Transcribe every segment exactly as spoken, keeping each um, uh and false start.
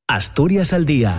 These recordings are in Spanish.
Asturias al día.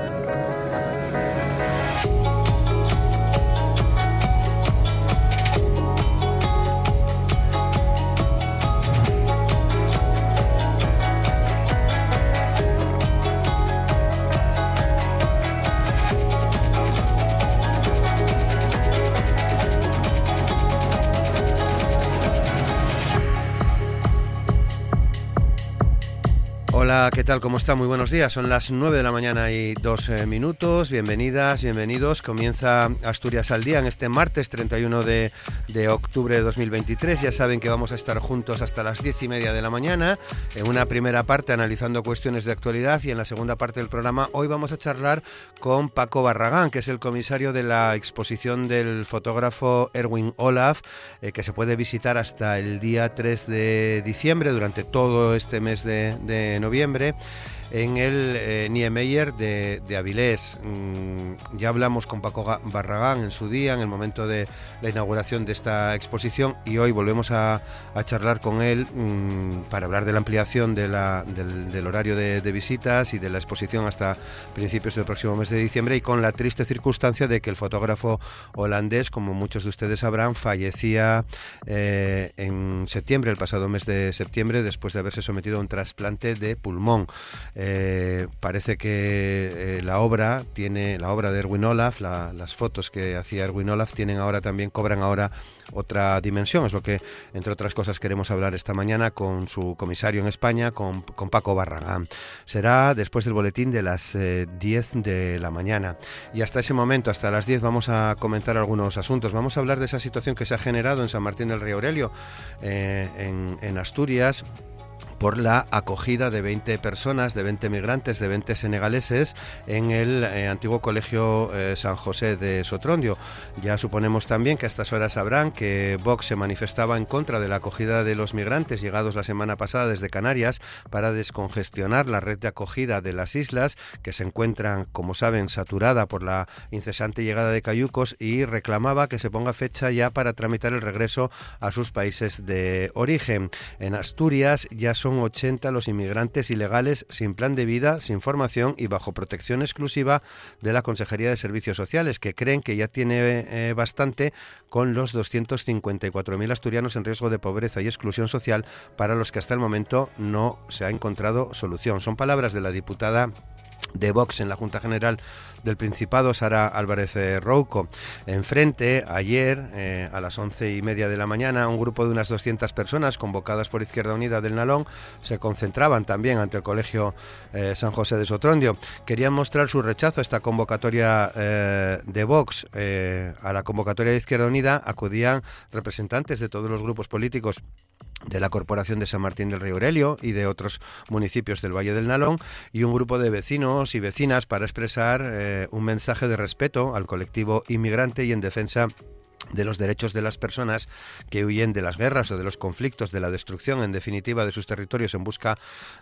Hola, ¿qué tal? ¿Cómo está? Muy buenos días. Son las nueve de la mañana y dos eh, minutos. Bienvenidas, bienvenidos. Comienza Asturias al día en este martes treinta y uno de, de octubre de dos mil veintitrés. Ya saben que vamos a estar juntos hasta las diez y media de la mañana. En una primera parte analizando cuestiones de actualidad y en la segunda parte del programa hoy vamos a charlar con Paco Barragán, que es el comisario de la exposición del fotógrafo Erwin Olaf, eh, que se puede visitar hasta el día tres de diciembre, durante todo este mes de, de noviembre. noviembre en el eh, Niemeyer de, de Avilés. Mm, ya hablamos con Paco Barragán en su día, en el momento de la inauguración de esta exposición, y hoy volvemos a, a charlar con él mm, para hablar de la ampliación de la, del, del horario de, de visitas y de la exposición hasta principios del próximo mes de diciembre, y con la triste circunstancia de que el fotógrafo holandés, como muchos de ustedes sabrán, fallecía eh, en septiembre, el pasado mes de septiembre, después de haberse sometido a un trasplante de pulmón. Eh, parece que eh, la obra tiene la obra de Erwin Olaf, la, las fotos que hacía Erwin Olaf tienen ahora también cobran ahora otra dimensión. Es lo que, entre otras cosas, queremos hablar esta mañana con su comisario en España, con, con Paco Barragán. Será después del boletín de las eh, diez de la mañana. Y hasta ese momento, hasta las diez, vamos a comentar algunos asuntos. Vamos a hablar de esa situación que se ha generado en San Martín del Río Aurelio, eh, en, en Asturias, por la acogida de veinte personas, de veinte migrantes, de veinte senegaleses en el eh, antiguo colegio eh, San José de Sotrondio. Ya suponemos también que a estas horas sabrán que Vox se manifestaba en contra de la acogida de los migrantes llegados la semana pasada desde Canarias para descongestionar la red de acogida de las islas, que se encuentran, como saben, saturada por la incesante llegada de cayucos, y reclamaba que se ponga fecha ya para tramitar el regreso a sus países de origen. En Asturias ya son Son ochenta los inmigrantes ilegales sin plan de vida, sin formación y bajo protección exclusiva de la Consejería de Servicios Sociales, que creen que ya tiene eh, bastante con los doscientos cincuenta y cuatro mil asturianos en riesgo de pobreza y exclusión social, para los que hasta el momento no se ha encontrado solución. Son palabras de la diputada de Vox en la Junta General del Principado, Sara Álvarez Rouco. Enfrente, ayer, eh, a las once y media de la mañana, un grupo de unas doscientas personas convocadas por Izquierda Unida del Nalón se concentraban también ante el colegio eh, San José de Sotrondio. Querían mostrar su rechazo a esta convocatoria eh, de Vox. Eh, a la convocatoria de Izquierda Unida acudían representantes de todos los grupos políticos de la Corporación de San Martín del Río Aurelio y de otros municipios del Valle del Nalón, y un grupo de vecinos y vecinas para expresar eh, un mensaje de respeto al colectivo inmigrante y en defensa de los derechos de las personas que huyen de las guerras o de los conflictos, de la destrucción, en definitiva, de sus territorios, en busca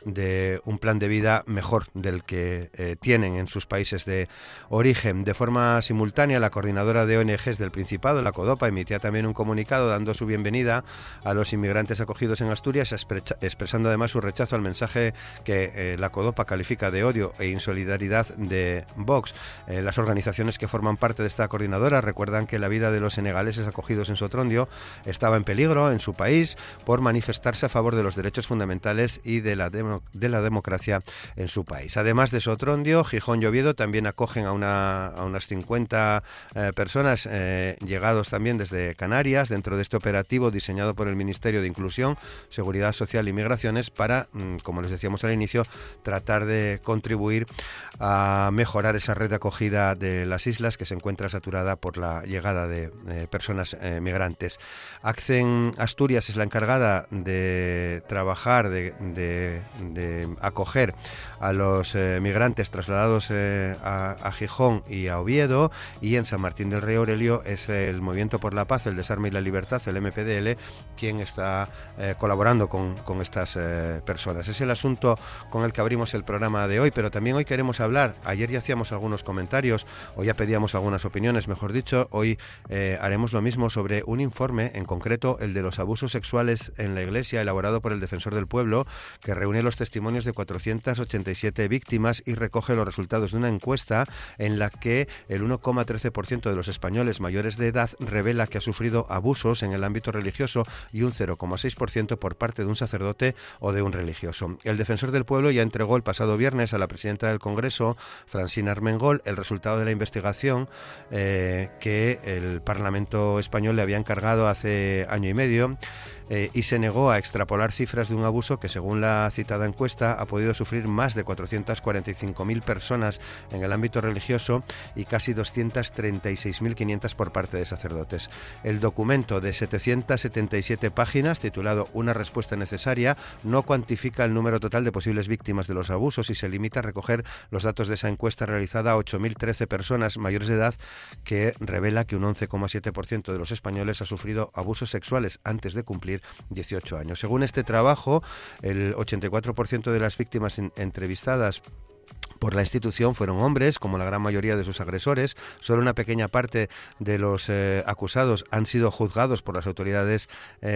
de un plan de vida mejor del que eh, tienen en sus países de origen. De forma simultánea, la coordinadora de O N Ges del Principado, la CODOPA, emitía también un comunicado dando su bienvenida a los inmigrantes acogidos en Asturias, expresando además su rechazo al mensaje que eh, la CODOPA califica de odio e insolidaridad de Vox. Eh, las organizaciones que forman parte de esta coordinadora recuerdan que la vida de los senegaleses acogidos en Sotrondio estaba en peligro en su país por manifestarse a favor de los derechos fundamentales y de la, demo, de la democracia en su país. Además de Sotrondio, Gijón y Oviedo también acogen a, una, a unas cincuenta eh, personas eh, llegados también desde Canarias, dentro de este operativo diseñado por el Ministerio de Inclusión, Seguridad Social y Migraciones para, como les decíamos al inicio, tratar de contribuir a mejorar esa red de acogida de las islas, que se encuentra saturada por la llegada de Eh, personas eh, migrantes. Accen Asturias es la encargada de trabajar, de, de, de acoger a los eh, migrantes trasladados eh, a, a Gijón y a Oviedo, y en San Martín del Río Aurelio es el Movimiento por la Paz, el Desarme y la Libertad, el M P D L, quien está eh, colaborando con, con estas eh, personas. Es el asunto con el que abrimos el programa de hoy, pero también hoy queremos hablar, ayer ya hacíamos algunos comentarios, hoy ya pedíamos algunas opiniones, mejor dicho, hoy eh, haremos haremos lo mismo sobre un informe, en concreto el de los abusos sexuales en la Iglesia, elaborado por el Defensor del Pueblo, que reúne los testimonios de cuatrocientas ochenta y siete víctimas y recoge los resultados de una encuesta en la que el uno coma trece por ciento de los españoles mayores de edad revela que ha sufrido abusos en el ámbito religioso y un cero coma seis por ciento por parte de un sacerdote o de un religioso. El Defensor del Pueblo ya entregó el pasado viernes a la presidenta del Congreso, Francina Armengol, el resultado de la investigación eh, que el Parlamento español le había encargado hace año y medio. Eh, y se negó a extrapolar cifras de un abuso que, según la citada encuesta, ha podido sufrir más de cuatrocientas cuarenta y cinco mil personas en el ámbito religioso y casi doscientas treinta y seis mil quinientas por parte de sacerdotes. El documento de setecientas setenta y siete páginas, titulado Una respuesta necesaria, no cuantifica el número total de posibles víctimas de los abusos y se limita a recoger los datos de esa encuesta realizada a ocho mil trece personas mayores de edad, que revela que un once coma siete por ciento de los españoles ha sufrido abusos sexuales antes de cumplir dieciocho años. Según este trabajo, el ochenta y cuatro por ciento de las víctimas entrevistadas por la institución fueron hombres, como la gran mayoría de sus agresores. Solo una pequeña parte de los eh, acusados han sido juzgados por las autoridades.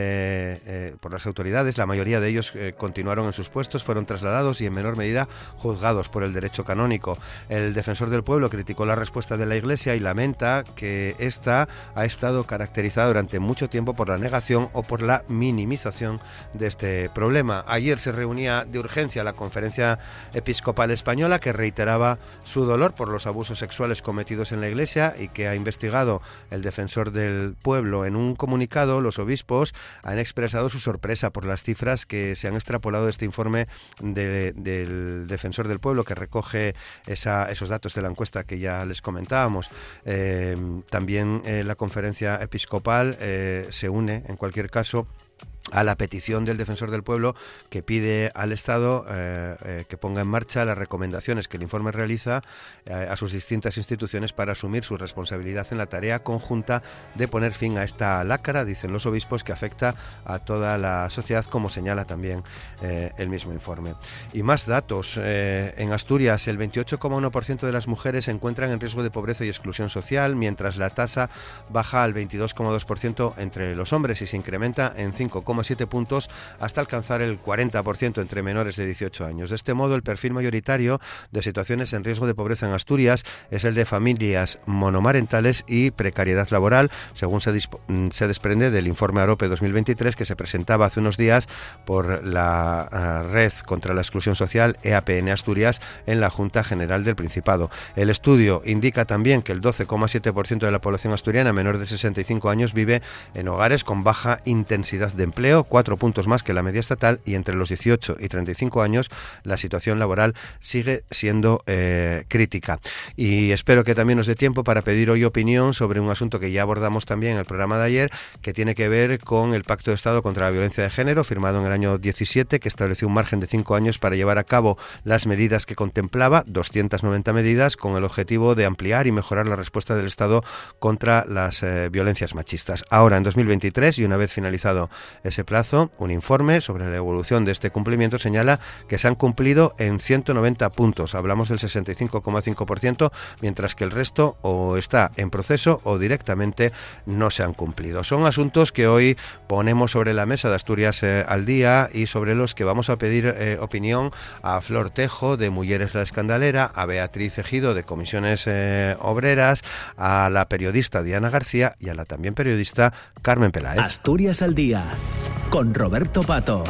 Eh, eh, por las autoridades. La mayoría de ellos eh, continuaron en sus puestos, fueron trasladados y en menor medida juzgados por el derecho canónico. El Defensor del Pueblo criticó la respuesta de la Iglesia y lamenta que esta ha estado caracterizada durante mucho tiempo por la negación o por la minimización de este problema. Ayer se reunía de urgencia la Conferencia Episcopal Española, que reiteraba su dolor por los abusos sexuales cometidos en la Iglesia y que ha investigado el Defensor del Pueblo. En un comunicado, los obispos han expresado su sorpresa por las cifras que se han extrapolado de este informe de, del Defensor del Pueblo, que recoge esa, esos datos de la encuesta que ya les comentábamos. Eh, también eh, la Conferencia Episcopal eh, se une, en cualquier caso, a la petición del Defensor del Pueblo, que pide al Estado eh, eh, que ponga en marcha las recomendaciones que el informe realiza eh, a sus distintas instituciones para asumir su responsabilidad en la tarea conjunta de poner fin a esta lacra, dicen los obispos, que afecta a toda la sociedad, como señala también eh, el mismo informe. Y más datos. Eh, en Asturias, el veintiocho coma uno por ciento de las mujeres se encuentran en riesgo de pobreza y exclusión social, mientras la tasa baja al veintidós coma dos por ciento entre los hombres y se incrementa en cinco coma siete puntos hasta alcanzar el cuarenta por ciento entre menores de dieciocho años. De este modo, el perfil mayoritario de situaciones en riesgo de pobreza en Asturias es el de familias monomarentales y precariedad laboral, según se, se desprende del informe AROPE dos mil veintitrés, que se presentaba hace unos días por la uh, Red contra la Exclusión Social, E A P N Asturias, en la Junta General del Principado. El estudio indica también que el doce coma siete por ciento de la población asturiana menor de sesenta y cinco años vive en hogares con baja intensidad de empleo, cuatro puntos más que la media estatal, y entre los dieciocho y treinta y cinco años la situación laboral sigue siendo eh, crítica. Y espero que también nos dé tiempo para pedir hoy opinión sobre un asunto que ya abordamos también en el programa de ayer, que tiene que ver con el Pacto de Estado contra la Violencia de Género, firmado en el año diecisiete, que estableció un margen de cinco años para llevar a cabo las medidas que contemplaba, doscientas noventa medidas, con el objetivo de ampliar y mejorar la respuesta del Estado contra las eh, violencias machistas. Ahora, en dos mil veintitrés, y una vez finalizado ese plazo, un informe sobre la evolución de este cumplimiento señala que se han cumplido en ciento noventa puntos. Hablamos del sesenta y cinco coma cinco por ciento, mientras que el resto o está en proceso o directamente no se han cumplido. Son asuntos que hoy ponemos sobre la mesa de Asturias eh, al día, y sobre los que vamos a pedir eh, opinión a Flor Tejo, de Mujeres La Escandalera, a Beatriz Ejido, de Comisiones eh, Obreras, a la periodista Diana García y a la también periodista Carmen Peláez. Asturias al día, con Roberto Pato.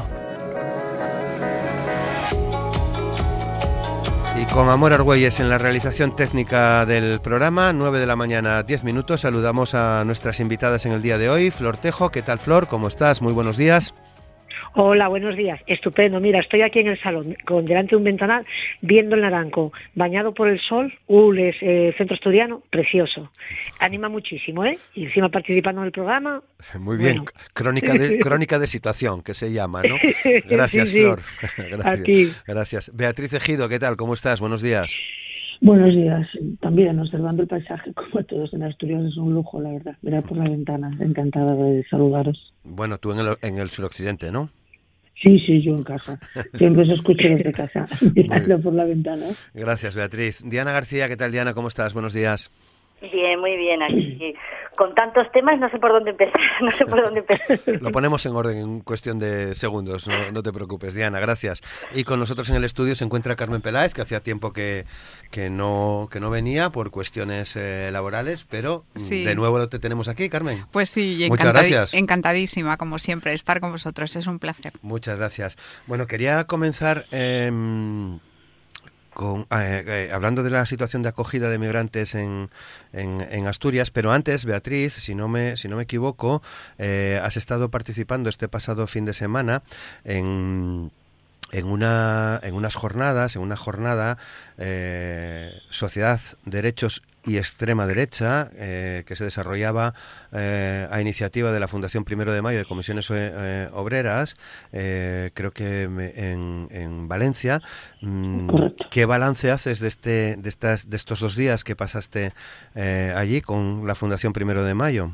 Y con Amor Argüelles en la realización técnica del programa, nueve de la mañana, diez minutos. Saludamos a nuestras invitadas en el día de hoy. Flor Tejo, ¿qué tal, Flor? ¿Cómo estás? Muy buenos días. Hola, buenos días. Estupendo. Mira, estoy aquí en el salón, con delante de un ventanal, viendo el Naranco, bañado por el sol. Ules, eh, centro asturiano, precioso. Anima muchísimo, ¿eh? Y encima participando en el programa. Muy bien. Bueno. Crónica de crónica de situación, que se llama, ¿no? Gracias, sí, sí. Flor. Gracias. A ti. Gracias. Beatriz Ejido, ¿qué tal? ¿Cómo estás? Buenos días. Buenos días. También observando el paisaje, como todos en Asturias, es un lujo, la verdad. Mirar por la ventana. Encantada de saludaros. Bueno, tú en el, en el suroccidente, ¿no? Sí, sí, yo en casa. Siempre os escucho desde casa, mirando por la ventana. Gracias, Beatriz. Diana García, ¿qué tal, Diana? ¿Cómo estás? Buenos días. Bien, muy bien. Aquí con tantos temas no sé por dónde empezar, no sé por dónde empezar. Lo ponemos en orden en cuestión de segundos, no, no te preocupes, Diana, gracias. Y con nosotros en el estudio se encuentra Carmen Peláez, que hacía tiempo que, que, no, que no venía por cuestiones eh, laborales, pero sí. De nuevo te tenemos aquí, Carmen. Pues sí, y muchas encantadi- gracias. Encantadísima, como siempre, estar con vosotros, es un placer. Muchas gracias. Bueno, quería comenzar... Eh, Con, eh, eh, hablando de la situación de acogida de migrantes en, en, en Asturias, pero antes, Beatriz, si no me, si no me equivoco, eh, has estado participando este pasado fin de semana en, en, una, en unas jornadas, en una jornada eh, Sociedad, Derechos y Extrema Derecha, eh, que se desarrollaba eh, a iniciativa de la Fundación Primero de Mayo de Comisiones eh, Obreras, eh, creo que en, en Valencia. Mm, ¿qué balance haces de este de estas de estos dos días que pasaste eh, allí con la Fundación Primero de Mayo?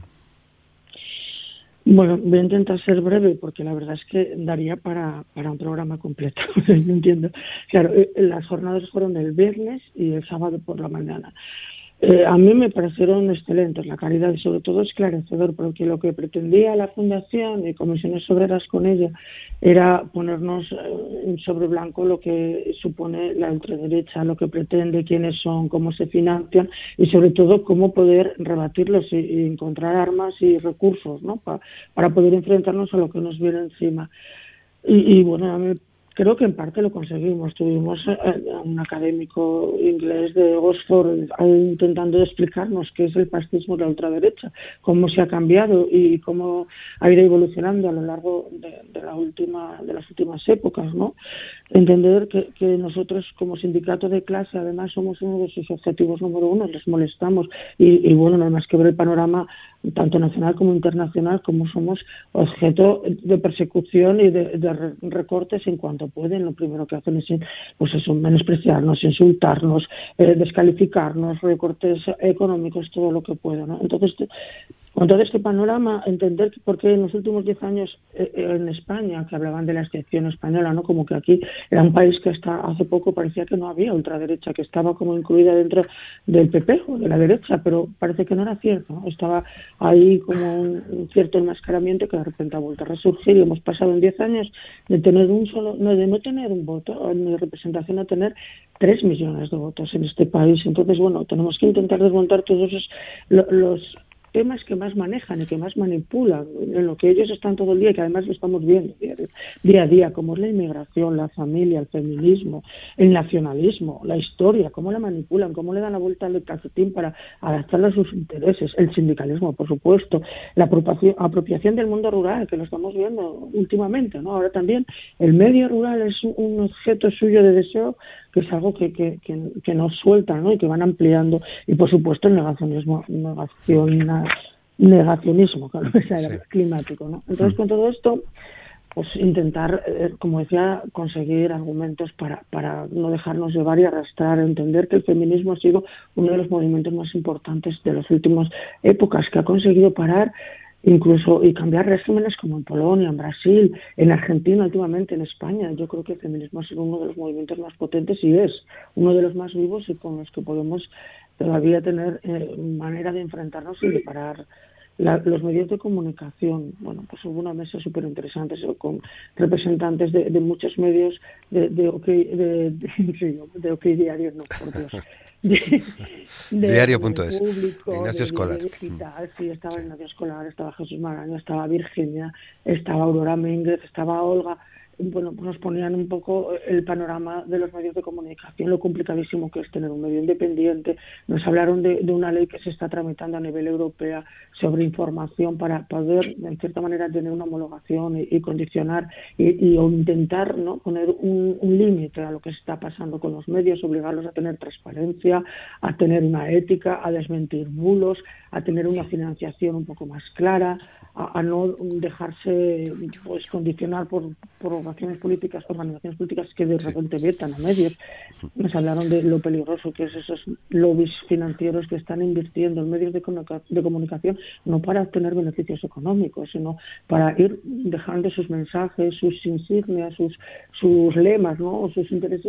Bueno, voy a intentar ser breve porque la verdad es que daría para, para un programa completo. Yo entiendo. Claro, las jornadas fueron el viernes y el sábado por la mañana. Eh, a mí me parecieron excelentes, la calidad y sobre todo esclarecedor, porque lo que pretendía la Fundación y Comisiones Obreras con ella era ponernos eh, sobre blanco lo que supone la ultraderecha, lo que pretende, quiénes son, cómo se financian y sobre todo cómo poder rebatirlos y, y encontrar armas y recursos, ¿no? Pa, para poder enfrentarnos a lo que nos viene encima. Y, y bueno, a mí creo que en parte lo conseguimos. Tuvimos a un académico inglés de Oxford intentando explicarnos qué es el fascismo de la ultraderecha, cómo se ha cambiado y cómo ha ido evolucionando a lo largo de, de la última de las últimas épocas, ¿no? Entender que, que nosotros como sindicato de clase además somos uno de sus objetivos número uno, les molestamos y, y bueno, no hay más que ver el panorama tanto nacional como internacional, como somos objeto de persecución y de, de recortes en cuanto pueden. Lo primero que hacen es pues eso, menospreciarnos, insultarnos, eh, descalificarnos, recortes económicos, todo lo que puedan, ¿no? Entonces, con todo este panorama, entender por qué en los últimos diez años eh, en España, que hablaban de la excepción española, ¿no? Como que aquí era un país que hasta hace poco parecía que no había ultraderecha, que estaba como incluida dentro del P P o de la derecha, pero parece que no era cierto, ¿no? Estaba ahí como un, un cierto enmascaramiento que de repente ha vuelto a resurgir y hemos pasado en diez años de tener un solo, no, de no tener un voto, ni representación a tener tres millones de votos en este país. Entonces, bueno, tenemos que intentar desmontar todos esos, los, los temas que más manejan y que más manipulan, en lo que ellos están todo el día y que además lo estamos viendo día a día, como es la inmigración, la familia, el feminismo, el nacionalismo, la historia, cómo la manipulan, cómo le dan la vuelta al calcetín para adaptarla a sus intereses, el sindicalismo, por supuesto, la apropiación, apropiación del mundo rural, que lo estamos viendo últimamente, ¿no? Ahora también el medio rural es un objeto suyo de deseo, que es algo que, que, que, que nos sueltan, ¿no? Y que van ampliando, y por supuesto el negacionismo, negaciona, negacionismo claro, sí. climático, ¿no? Entonces, con todo esto, pues intentar, eh, como decía, conseguir argumentos para, para no dejarnos llevar y arrastrar, entender que el feminismo ha sido uno de los movimientos más importantes de las últimas épocas, que ha conseguido parar incluso y cambiar regímenes como en Polonia, en Brasil, en Argentina, últimamente en España. Yo creo que el feminismo ha sido uno de los movimientos más potentes y es uno de los más vivos y con los que podemos todavía tener eh, manera de enfrentarnos y de parar la, los medios de comunicación. Bueno, pues hubo una mesa súper interesante con representantes de, de muchos medios de, de, OK, de, de, de OK Diario, no, por Dios. De, de, Diario punto es, Ignacio Escolar. Digital, sí, estaba sí. Ignacio Escolar, estaba Jesús Maraña, estaba Virginia, estaba Aurora Mínguez, estaba Olga. Bueno, pues nos ponían un poco el panorama de los medios de comunicación, lo complicadísimo que es tener un medio independiente. Nos hablaron de, de una ley que se está tramitando a nivel europeo sobre información para poder, en cierta manera, tener una homologación y, y condicionar y, y o intentar, ¿no?, poner un, un límite a lo que se está pasando con los medios, obligarlos a tener transparencia, a tener una ética, a desmentir bulos, a tener una financiación un poco más clara, a, a no dejarse pues condicionar por, por organizaciones políticas, organizaciones políticas que de repente vetan a medios. Nos hablaron de lo peligroso que es esos lobbies financieros que están invirtiendo en medios de, de comunicación no para obtener beneficios económicos, sino para ir dejando sus mensajes, sus insignias, sus sus lemas, ¿no?, o sus intereses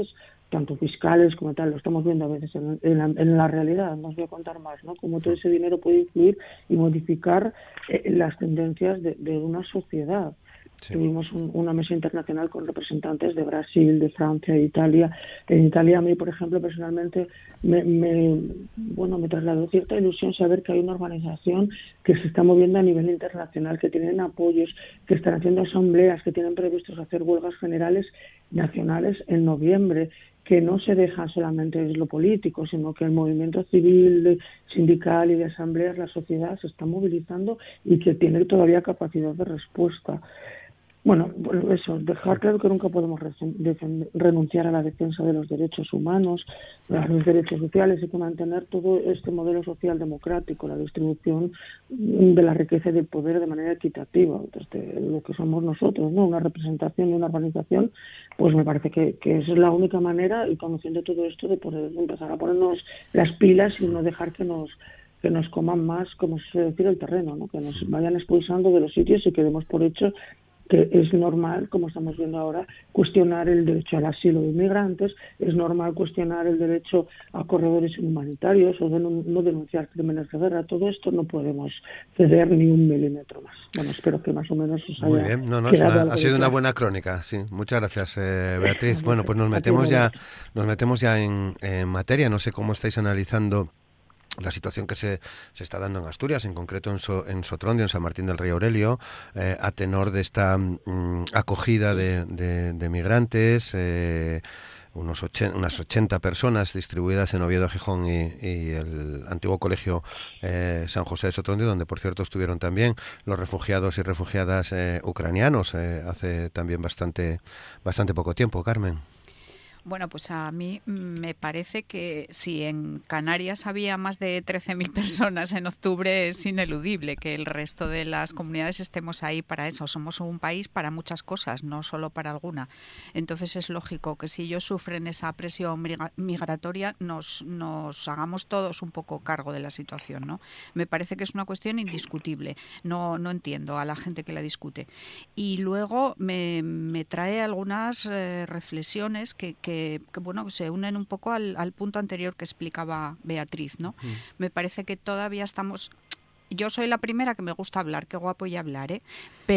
tanto fiscales como tal, lo estamos viendo a veces en, en, la, en la realidad, no os voy a contar más, ¿no? Cómo todo ese dinero puede influir y modificar eh, las tendencias de, de una sociedad. Sí. Tuvimos un, una mesa internacional con representantes de Brasil, de Francia, de Italia. En Italia, a mí, por ejemplo, personalmente, me, me, bueno, me trasladó cierta ilusión saber que hay una organización que se está moviendo a nivel internacional, que tienen apoyos, que están haciendo asambleas, que tienen previstos hacer huelgas generales nacionales en noviembre, que no se deja solamente de lo político, sino que el movimiento civil, sindical y de asambleas, la sociedad se está movilizando y que tiene todavía capacidad de respuesta. Bueno, eso, dejar claro que nunca podemos renunciar a la defensa de los derechos humanos, a los derechos sociales, y que mantener todo este modelo social democrático, la distribución de la riqueza y del poder de manera equitativa, desde lo que somos nosotros, ¿no? Una representación de una organización, pues me parece que, que es la única manera, y conociendo todo esto, de poder empezar a ponernos las pilas y no dejar que nos que nos coman más, como se suele decir, el terreno, ¿no? Que nos vayan expulsando de los sitios y que demos por hecho que es normal, como estamos viendo ahora, cuestionar el derecho al asilo de inmigrantes, es normal cuestionar el derecho a corredores humanitarios o de no, no denunciar crímenes de guerra. Todo esto no podemos ceder ni un milímetro más. Bueno, espero que más o menos os haya Muy bien, no, no, quedado una, ha sido una buena crónica, sí. Muchas gracias, eh, Beatriz. Bueno, pues nos metemos ya, nos metemos ya en, en materia. No sé cómo estáis analizando la situación que se, se está dando en Asturias, en concreto en, so, en Sotrondio, en San Martín del Rey Aurelio, eh, a tenor de esta mm, acogida de, de, de migrantes, eh, unos ochen, unas ochenta personas distribuidas en Oviedo, Gijón y, y el antiguo colegio eh, San José de Sotrondio, donde por cierto estuvieron también los refugiados y refugiadas eh, ucranianos eh, hace también bastante, bastante poco tiempo. Carmen. Bueno, pues a mí me parece que si en Canarias había más de trece mil personas en octubre, es ineludible que el resto de las comunidades estemos ahí para eso. Somos un país para muchas cosas, no solo para alguna. Entonces es lógico que si ellos sufren esa presión migratoria, nos, nos hagamos todos un poco cargo de la situación, ¿no? Me parece que es una cuestión indiscutible. No, no entiendo a la gente que la discute. Y luego me, me trae algunas eh, reflexiones que, que Que, que bueno, se unen un poco al, al punto anterior que explicaba Beatriz, ¿no? Mm. Me parece que todavía estamos... Yo soy la primera que me gusta hablar, qué guapo y hablar, ¿eh?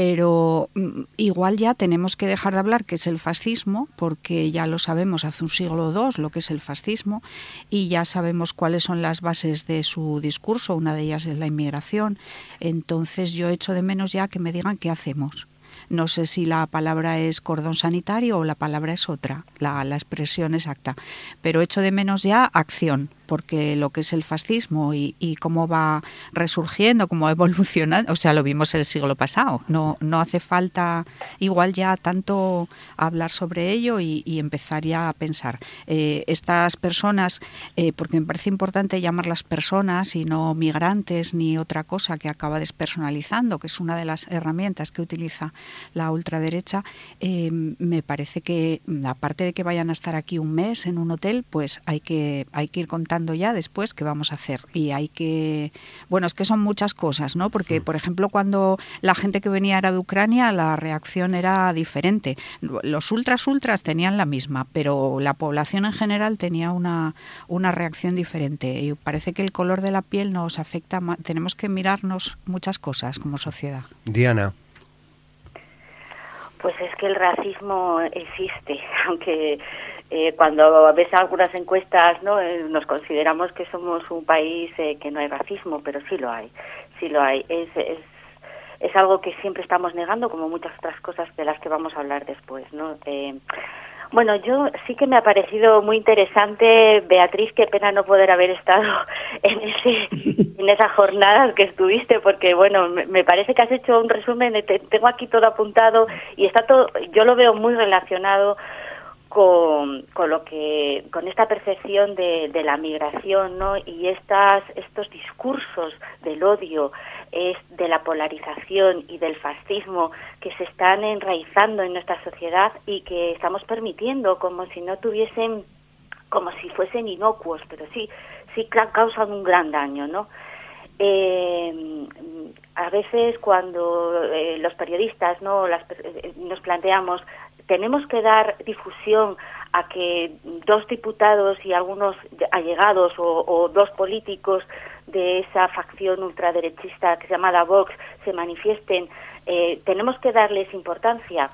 Pero mm, igual ya tenemos que dejar de hablar que es el fascismo, porque ya lo sabemos hace un siglo o dos lo que es el fascismo, y ya sabemos cuáles son las bases de su discurso, una de ellas es la inmigración. Entonces yo echo de menos ya que me digan qué hacemos. No sé si la palabra es cordón sanitario o la palabra es otra, la, la expresión exacta, pero echo de menos ya acción, porque lo que es el fascismo y, y cómo va resurgiendo, cómo va evolucionando, o sea, lo vimos el siglo pasado, no, no hace falta igual ya tanto hablar sobre ello y, y empezar ya a pensar. Eh, estas personas, eh, porque me parece importante llamarlas personas y no migrantes ni otra cosa que acaba despersonalizando, que es una de las herramientas que utiliza la ultraderecha, eh, me parece que aparte de que vayan a estar aquí un mes en un hotel, pues hay que, hay que ir contando ya después qué vamos a hacer. Y hay que... Bueno, es que son muchas cosas, ¿no? Porque, por ejemplo, cuando la gente que venía era de Ucrania, la reacción era diferente. Los ultras ultras tenían la misma, pero la población en general tenía una, una reacción diferente. Y parece que el color de la piel nos afecta más. Tenemos que mirarnos muchas cosas como sociedad. Diana. Pues es que el racismo existe, aunque eh, cuando ves algunas encuestas, ¿no? Eh, nos consideramos que somos un país eh, que no hay racismo, pero sí lo hay, sí lo hay. Es, es, es algo que siempre estamos negando, como muchas otras cosas de las que vamos a hablar después, ¿no? Eh, Bueno, yo sí que me ha parecido muy interesante, Beatriz, qué pena no poder haber estado en ese en esa jornada que estuviste, porque bueno, me, me parece que has hecho un resumen, te, tengo aquí todo apuntado y está todo, yo lo veo muy relacionado con, con lo que, con esta percepción de, de la migración, ¿no? Y estas, estos discursos del odio, es de la polarización y del fascismo que se están enraizando en nuestra sociedad y que estamos permitiendo como si no tuviesen, como si fuesen inocuos, pero sí, sí causan un gran daño, ¿no? Eh, a veces cuando eh, los periodistas, ¿no? Las, eh, nos planteamos, tenemos que dar difusión a que dos diputados y algunos allegados o, o dos políticos de esa facción ultraderechista que se llama la Vox se manifiesten, eh, tenemos que darles importancia.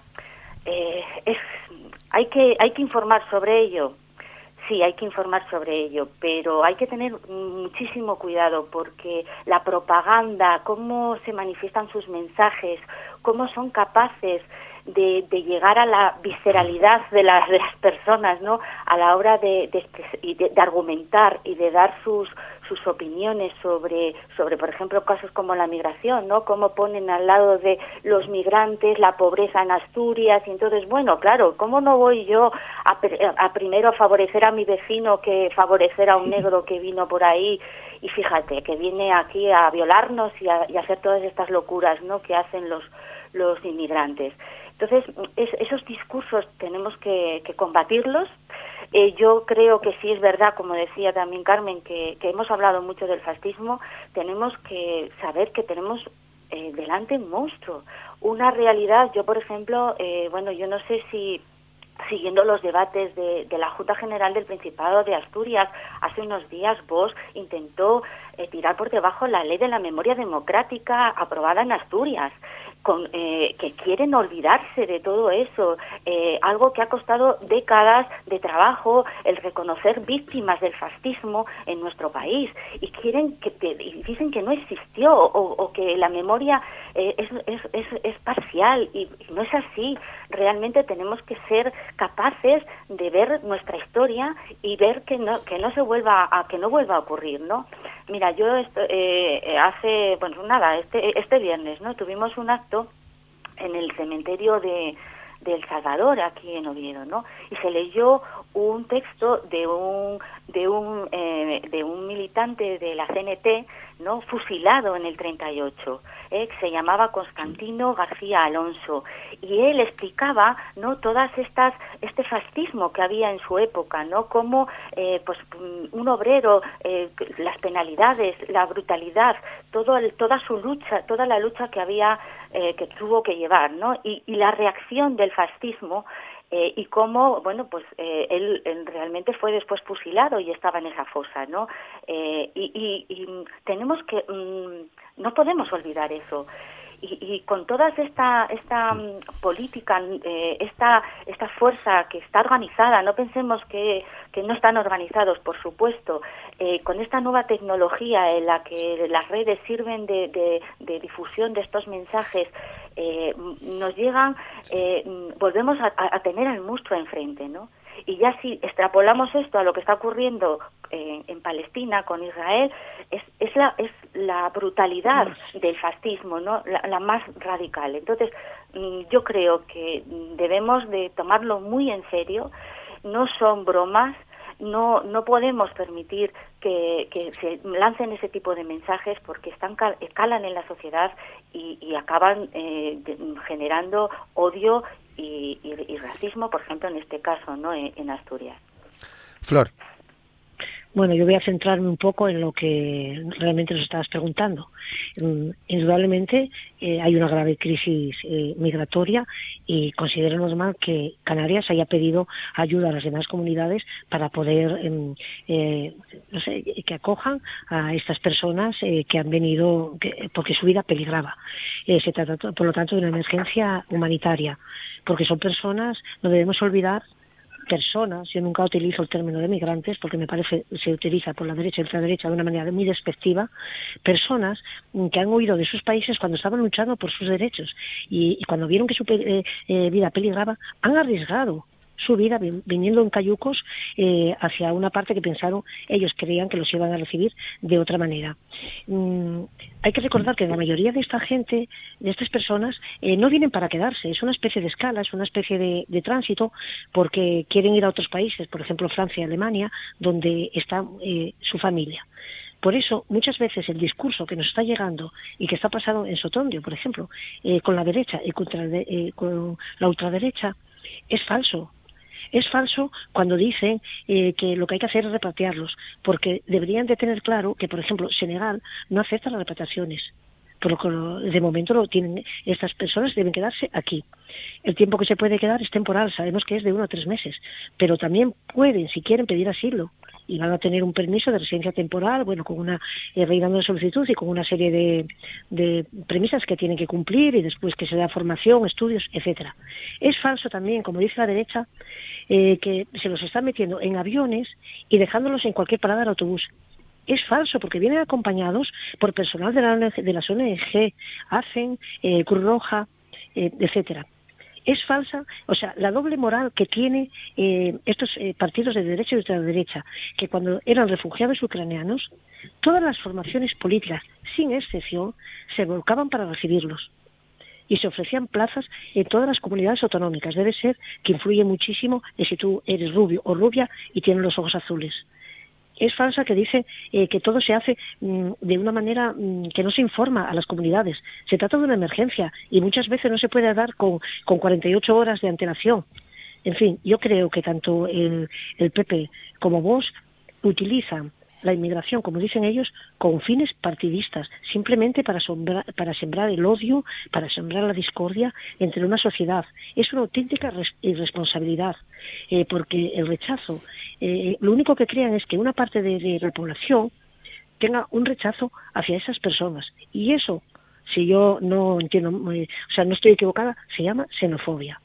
Eh, es, hay que hay que informar sobre ello. Sí, hay que informar sobre ello, pero hay que tener muchísimo cuidado porque la propaganda, cómo se manifiestan sus mensajes, cómo son capaces de, de llegar a la visceralidad de, la, de las personas, ¿no? A la hora de, de, de, de argumentar y de dar sus sus opiniones sobre, sobre, por ejemplo, casos como la migración, ¿no? Cómo ponen al lado de los migrantes la pobreza en Asturias, y entonces, bueno, claro, ¿cómo no voy yo a, a primero a favorecer a mi vecino que favorecer a un negro que vino por ahí y fíjate, que viene aquí a violarnos y a, y a hacer todas estas locuras, ¿no?, que hacen los, los inmigrantes? Entonces, es, esos discursos tenemos que, que combatirlos. Eh, yo creo que sí es verdad, como decía también Carmen, que, que hemos hablado mucho del fascismo. Tenemos que saber que tenemos eh, delante un monstruo, una realidad. Yo, por ejemplo, eh, bueno, yo no sé si siguiendo los debates de, de la Junta General del Principado de Asturias, hace unos días Vox intentó eh, tirar por debajo la ley de la memoria democrática aprobada en Asturias. Con, eh, que quieren olvidarse de todo eso, eh, algo que ha costado décadas de trabajo, el reconocer víctimas del fascismo en nuestro país, y quieren que te, y dicen que no existió o, o que la memoria eh, es, es, es, es parcial, y, y no es así. Realmente tenemos que ser capaces de ver nuestra historia y ver que no que no se vuelva a que no vuelva a ocurrir, ¿no? Mira, yo esto, eh, hace bueno nada este este viernes, ¿no?, tuvimos un acto en el cementerio de, de El Salvador, aquí en Oviedo, ¿no? Y se leyó un texto de un de un eh, de un militante de la C N T, ¿no?, fusilado en el treinta y ocho, eh, que se llamaba Constantino García Alonso, y él explicaba, ¿no?, todas estas este fascismo que había en su época, ¿no?, cómo eh, pues un obrero, eh, las penalidades, la brutalidad, todo el, toda su lucha, toda la lucha que había eh, que tuvo que llevar, ¿no?, y, y la reacción del fascismo. Eh, y cómo, bueno, pues eh, él, él realmente fue después fusilado y estaba en esa fosa, ¿no? Eh, y, y, y tenemos que, mmm, no podemos olvidar eso. Y, y con toda esta esta um, política, eh, esta esta fuerza que está organizada, no pensemos que, que no están organizados, por supuesto, eh, con esta nueva tecnología en la que las redes sirven de, de, de difusión de estos mensajes, eh, nos llegan, eh, volvemos a, a tener al monstruo enfrente, ¿no? Y ya si extrapolamos esto a lo que está ocurriendo eh, en Palestina con Israel, es, es, la, es la brutalidad del fascismo, ¿no?, la, la más radical. Entonces, yo creo que debemos de tomarlo muy en serio. No son bromas. No no podemos permitir que, que se lancen ese tipo de mensajes porque están calan en la sociedad y, y acaban eh, de, generando odio y, y, y racismo, por ejemplo, en este caso, ¿no?, en, en Asturias. Flor. Bueno, yo voy a centrarme un poco en lo que realmente nos estabas preguntando. Um, indudablemente eh, hay una grave crisis eh, migratoria y considero normal que Canarias haya pedido ayuda a las demás comunidades para poder, eh, eh, no sé, que acojan a estas personas eh, que han venido que, porque su vida peligraba. Eh, se trata, por lo tanto, de una emergencia humanitaria, porque son personas, no debemos olvidar, personas, yo nunca utilizo el término de migrantes porque me parece se utiliza por la derecha y ultraderecha de una manera muy despectiva, personas que han huido de sus países cuando estaban luchando por sus derechos y, y cuando vieron que su eh, eh, vida peligraba, han arriesgado su vida viniendo en cayucos eh, hacia una parte que pensaron, ellos creían que los iban a recibir de otra manera. Mm, hay que recordar que la mayoría de esta gente, de estas personas, eh, no vienen para quedarse, es una especie de escala, es una especie de, de tránsito, porque quieren ir a otros países, por ejemplo Francia y Alemania, donde está eh, su familia. Por eso, muchas veces el discurso que nos está llegando y que está pasando en Sotondio, por ejemplo, eh, con la derecha y contra, eh, con la ultraderecha, es falso. Es falso cuando dicen eh, que lo que hay que hacer es repatriarlos, porque deberían de tener claro que, por ejemplo, Senegal no acepta las repatriaciones, por lo que de momento lo tienen, estas personas deben quedarse aquí. El tiempo que se puede quedar es temporal, sabemos que es de uno a tres meses, pero también pueden, si quieren, pedir asilo y van a tener un permiso de residencia temporal, bueno, con una eh, rellenando de solicitud y con una serie de, de premisas que tienen que cumplir y después que se da formación, estudios, etcétera. Es falso también, como dice la derecha, eh, que se los están metiendo en aviones y dejándolos en cualquier parada del autobús. Es falso, porque vienen acompañados por personal de, la, de las O N G, ACEN, eh, Cruz Roja, eh, etcétera. Es falsa, o sea, la doble moral que tiene eh, estos eh, partidos de derecha y de ultraderecha, que cuando eran refugiados ucranianos, todas las formaciones políticas, sin excepción, se volcaban para recibirlos. Y se ofrecían plazas en todas las comunidades autonómicas. Debe ser que influye muchísimo en si tú eres rubio o rubia y tienes los ojos azules. Es falsa que dice eh, que todo se hace mm, de una manera mm, que no se informa a las comunidades. Se trata de una emergencia y muchas veces no se puede dar con, con cuarenta y ocho horas de antelación. En fin, yo creo que tanto el, el P P como Vox utilizan la inmigración, como dicen ellos, con fines partidistas, simplemente para, sombra, para sembrar el odio, para sembrar la discordia entre una sociedad. Es una auténtica res, irresponsabilidad, eh, porque el rechazo, eh, lo único que crean es que una parte de, de la población tenga un rechazo hacia esas personas. Y eso, si yo no entiendo, eh, o sea, no estoy equivocada, se llama xenofobia.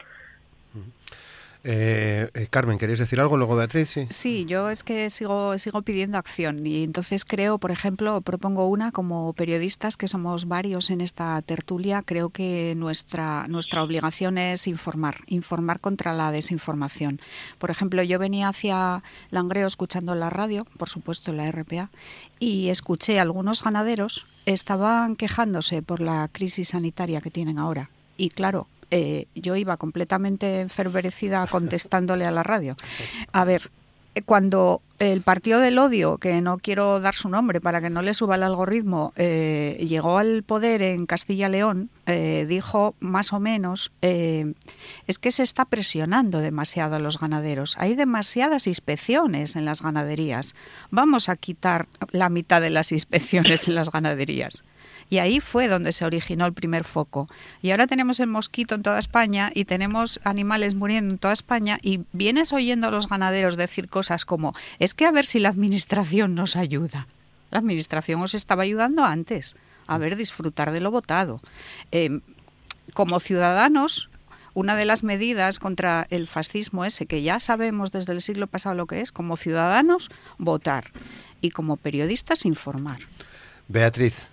Eh, eh, Carmen, ¿queréis decir algo? Luego Beatriz, sí. Sí, yo es que sigo sigo pidiendo acción y entonces creo, por ejemplo, propongo una como periodistas que somos varios en esta tertulia, creo que nuestra nuestra obligación es informar, informar contra la desinformación. Por ejemplo, yo venía hacia Langreo escuchando la radio, por supuesto la R P A, y escuché a algunos ganaderos estaban quejándose por la crisis sanitaria que tienen ahora. Y claro, Eh, yo iba completamente enfervorecida contestándole a la radio. A ver, cuando el partido del odio, que no quiero dar su nombre para que no le suba el algoritmo, eh, llegó al poder en Castilla y León, eh, dijo más o menos, eh, es que se está presionando demasiado a los ganaderos. Hay demasiadas inspecciones en las ganaderías. Vamos a quitar la mitad de las inspecciones en las ganaderías. Y ahí fue donde se originó el primer foco. Y ahora tenemos el mosquito en toda España y tenemos animales muriendo en toda España y vienes oyendo a los ganaderos decir cosas como, es que a ver si la administración nos ayuda. La administración os estaba ayudando antes. A ver, disfrutar de lo votado. Eh, como ciudadanos, una de las medidas contra el fascismo ese, que ya sabemos desde el siglo pasado lo que es, como ciudadanos, votar. Y como periodistas, informar. Beatriz.